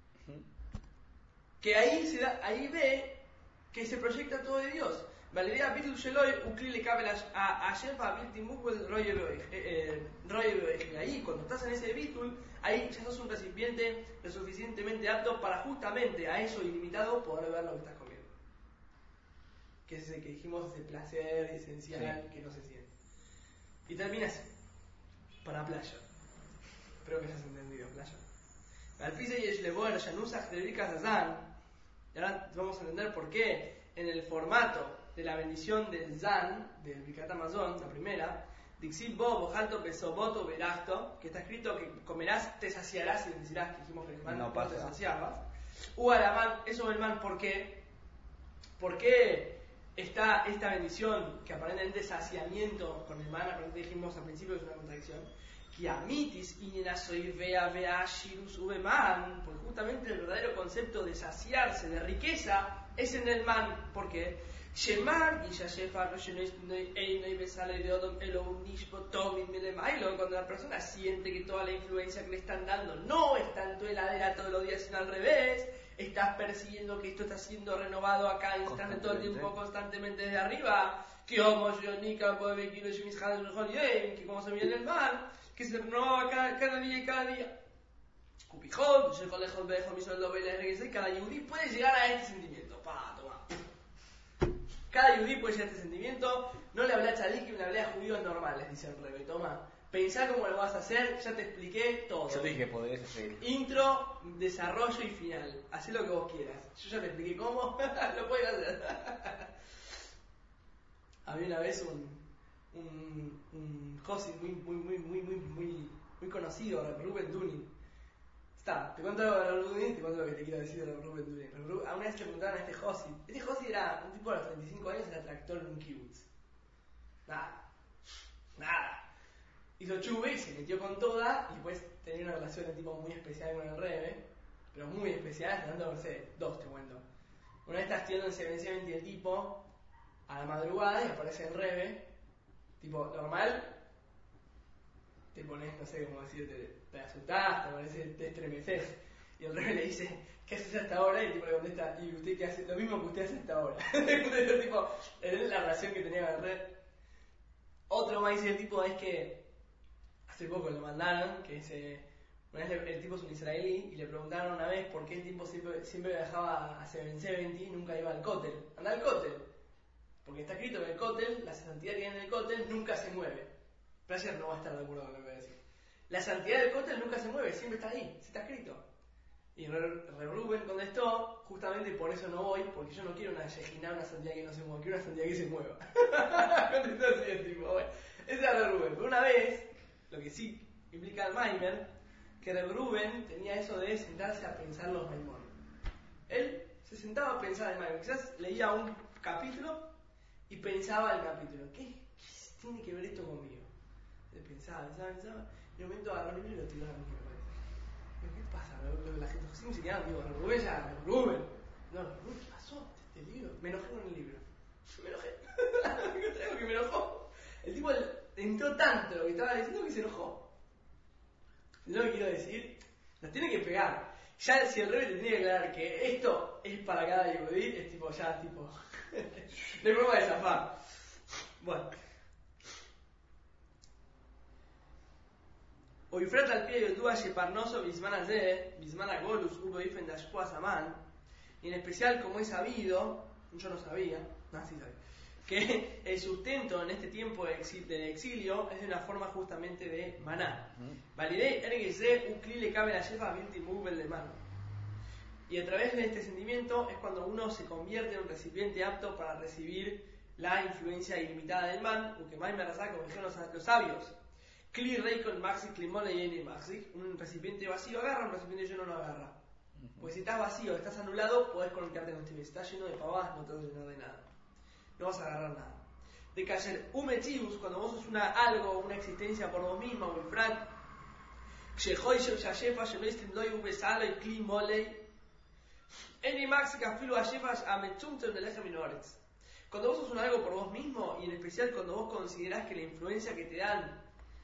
B: Que ahí ve que se proyecta todo de Dios. Valeria Bitul Sheloy ukli le cabe a Shefa Bilti Mukbel Roye. Ahí, cuando estás en ese Bitul, ahí ya sos un recipiente lo suficientemente apto para justamente a eso ilimitado poder ver lo que estás comiendo. Que es ese que dijimos, ese placer esencial que no se siente. Y termina así, para playa. Espero que hayas entendido, playa. Alpise y Eshleboer, Yanusach, Dedicas Azan. Y ahora vamos a entender por qué en el formato de la bendición del Zan, del Birkat Hamazon, la primera, Dixit Bo, Bojalto, Pesoboto, Veracto, que está escrito que comerás, te saciarás y bendecirás, que dijimos que el man no te saciabas. Ualaman, eso del man, ¿por qué? ¿Por qué? Está esta bendición que aparentemente es saciamiento con el man, aparentemente dijimos al principio que es una contradicción, que amitis soy vea shirus ubeman, porque justamente el verdadero concepto de saciarse, de riqueza, es en el man, porque Shemar y Yashefa cuando la persona siente que toda la influencia que le están dando no está en tu heladera todos los días, sino al revés, estás percibiendo que esto está siendo renovado acá instante todo el tiempo, constantemente desde arriba, que como se viene el mal, que se renueva cada día y cada día. Cada yudí puede llegar a este sentimiento. Toma. Cada yudí puede llegar a este sentimiento. No le hablé a tzadikim, le hablé a judíos normales, dice el Rebbe. Toma, pensá cómo lo vas a hacer, ya te expliqué todo.
G: Yo te dije que podés hacer.
B: Intro, desarrollo y final. Hacé lo que vos quieras. Yo ya te expliqué cómo, lo puedes hacer. Había una vez un Josi muy conocido, Ruben Dunin. Te cuento algo de Ruben Dunin, te cuento lo que te quiero decir de Ruben Dunin. Una vez le preguntaron a este Josi. Este Josi era un tipo de los 35 años, era tractor en un kibutz. Nada. hizo chuve y se metió con toda, y pues tenía una relación de tipo muy especial con el Rebe, pero muy especial, hasta tanto, no sé, dos te cuento. Una vez está estudiando en Seven y el tipo, a la madrugada, y aparece el Rebe, tipo, normal, te pones, no sé cómo decirte, te asustás, te parece, te estremeces, y el Rebe le dice, ¿qué haces hasta ahora? Y el tipo le contesta, ¿y usted qué hace? Lo mismo que usted hace hasta ahora. Entonces, tipo, es la relación que tenía con el Rebe. Otro más dice el tipo es que hace poco lo mandaron, que una vez el tipo es un israelí, y le preguntaron una vez por qué el tipo siempre viajaba a 770 y nunca iba al cótel. Anda al cótel. Porque está escrito que el cótel, la santidad que hay en el cótel, nunca se mueve. Placer no va a estar de acuerdo con lo que voy a decir. La santidad del cótel nunca se mueve, siempre está ahí, está escrito. Y Reuben contestó, justamente por eso no voy, porque yo no quiero una Yejiná, una santidad que no se mueva, quiero una santidad que se mueva. Contestó así el tipo, bueno. Ese era Reuben. Pero una vez, lo que sí implica el Maimer, que Reuben tenía eso de sentarse a pensar los Maimones. Él se sentaba a pensar el Maimer. Quizás leía un capítulo y pensaba el capítulo. ¿Qué tiene que ver esto conmigo? Él pensaba. Y en un momento agarró el libro y lo tiró a la mierda. ¿Qué pasa? La gente se quedaron, digo, Rubén ya, Rubén. No, Rubén, ¿qué pasó? Este libro. Me enojé con el libro. Me enojé. ¿Qué traigo que me enojó? El tipo entró tanto lo que estaba diciendo que se enojó. Lo que quiero decir, nos tiene que pegar. Ya si el rey te tiene que aclarar que esto es para cada yehudí, es tipo, ya, tipo, no hay forma de zafar. Bueno. ובפרט על פי הידוע שפרנסו בזמן הזה, בזמן הגולוס, הוא באופן דשפוע סמן, y en especial como es sabido, yo no sabía, sí sabía, que el sustento en este tiempo del exilio es de una forma justamente de maná. Validé RGC, un cli le cabe la yefa 20 mubel de mano. Y a través de este sentimiento es cuando uno se convierte en un recipiente apto para recibir la influencia ilimitada del man, lo que más me razá, como dijeron los sabios. Cli rey con maxi, climole y eni maxi. Un recipiente vacío agarra, un recipiente lleno no agarra. Pues si estás vacío, estás anulado, podés conectarte con este. Si estás lleno de pavadas, no te vas a llenar de nada. No vas a agarrar nada. De cayer umetius, cuando vos sos algo, una existencia por vos misma, o el frat, kshehoy shel shashefa shemestim loy ubesalo y cli molei, eni maxi kafilu ashefas ametzumtem del eje minoretz. Cuando vos sos algo por vos mismo, y en especial cuando vos considerás que la influencia que te dan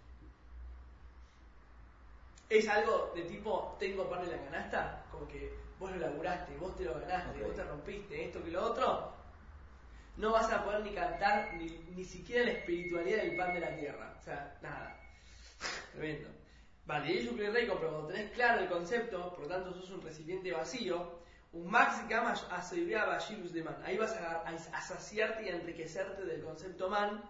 B: es algo de tipo, tengo pan en la canasta, como que vos lo laburaste, vos te lo ganaste, vos te rompiste, esto que lo otro, no vas a poder ni cantar ni siquiera la espiritualidad del pan de la tierra. O sea, nada. Tremendo. Vale, y yo creo rico, pero cuando tenés claro el concepto, por lo tanto sos un recipiente vacío, un maxi kama asoibia bashirus de man. Ahí vas a saciarte y a enriquecerte del concepto man.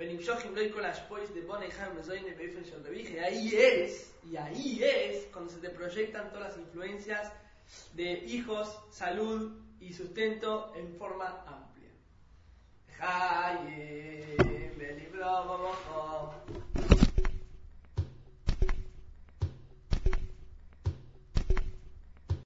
B: Y ahí es cuando se te proyectan todas las influencias de hijos, salud y sustento en forma amplia.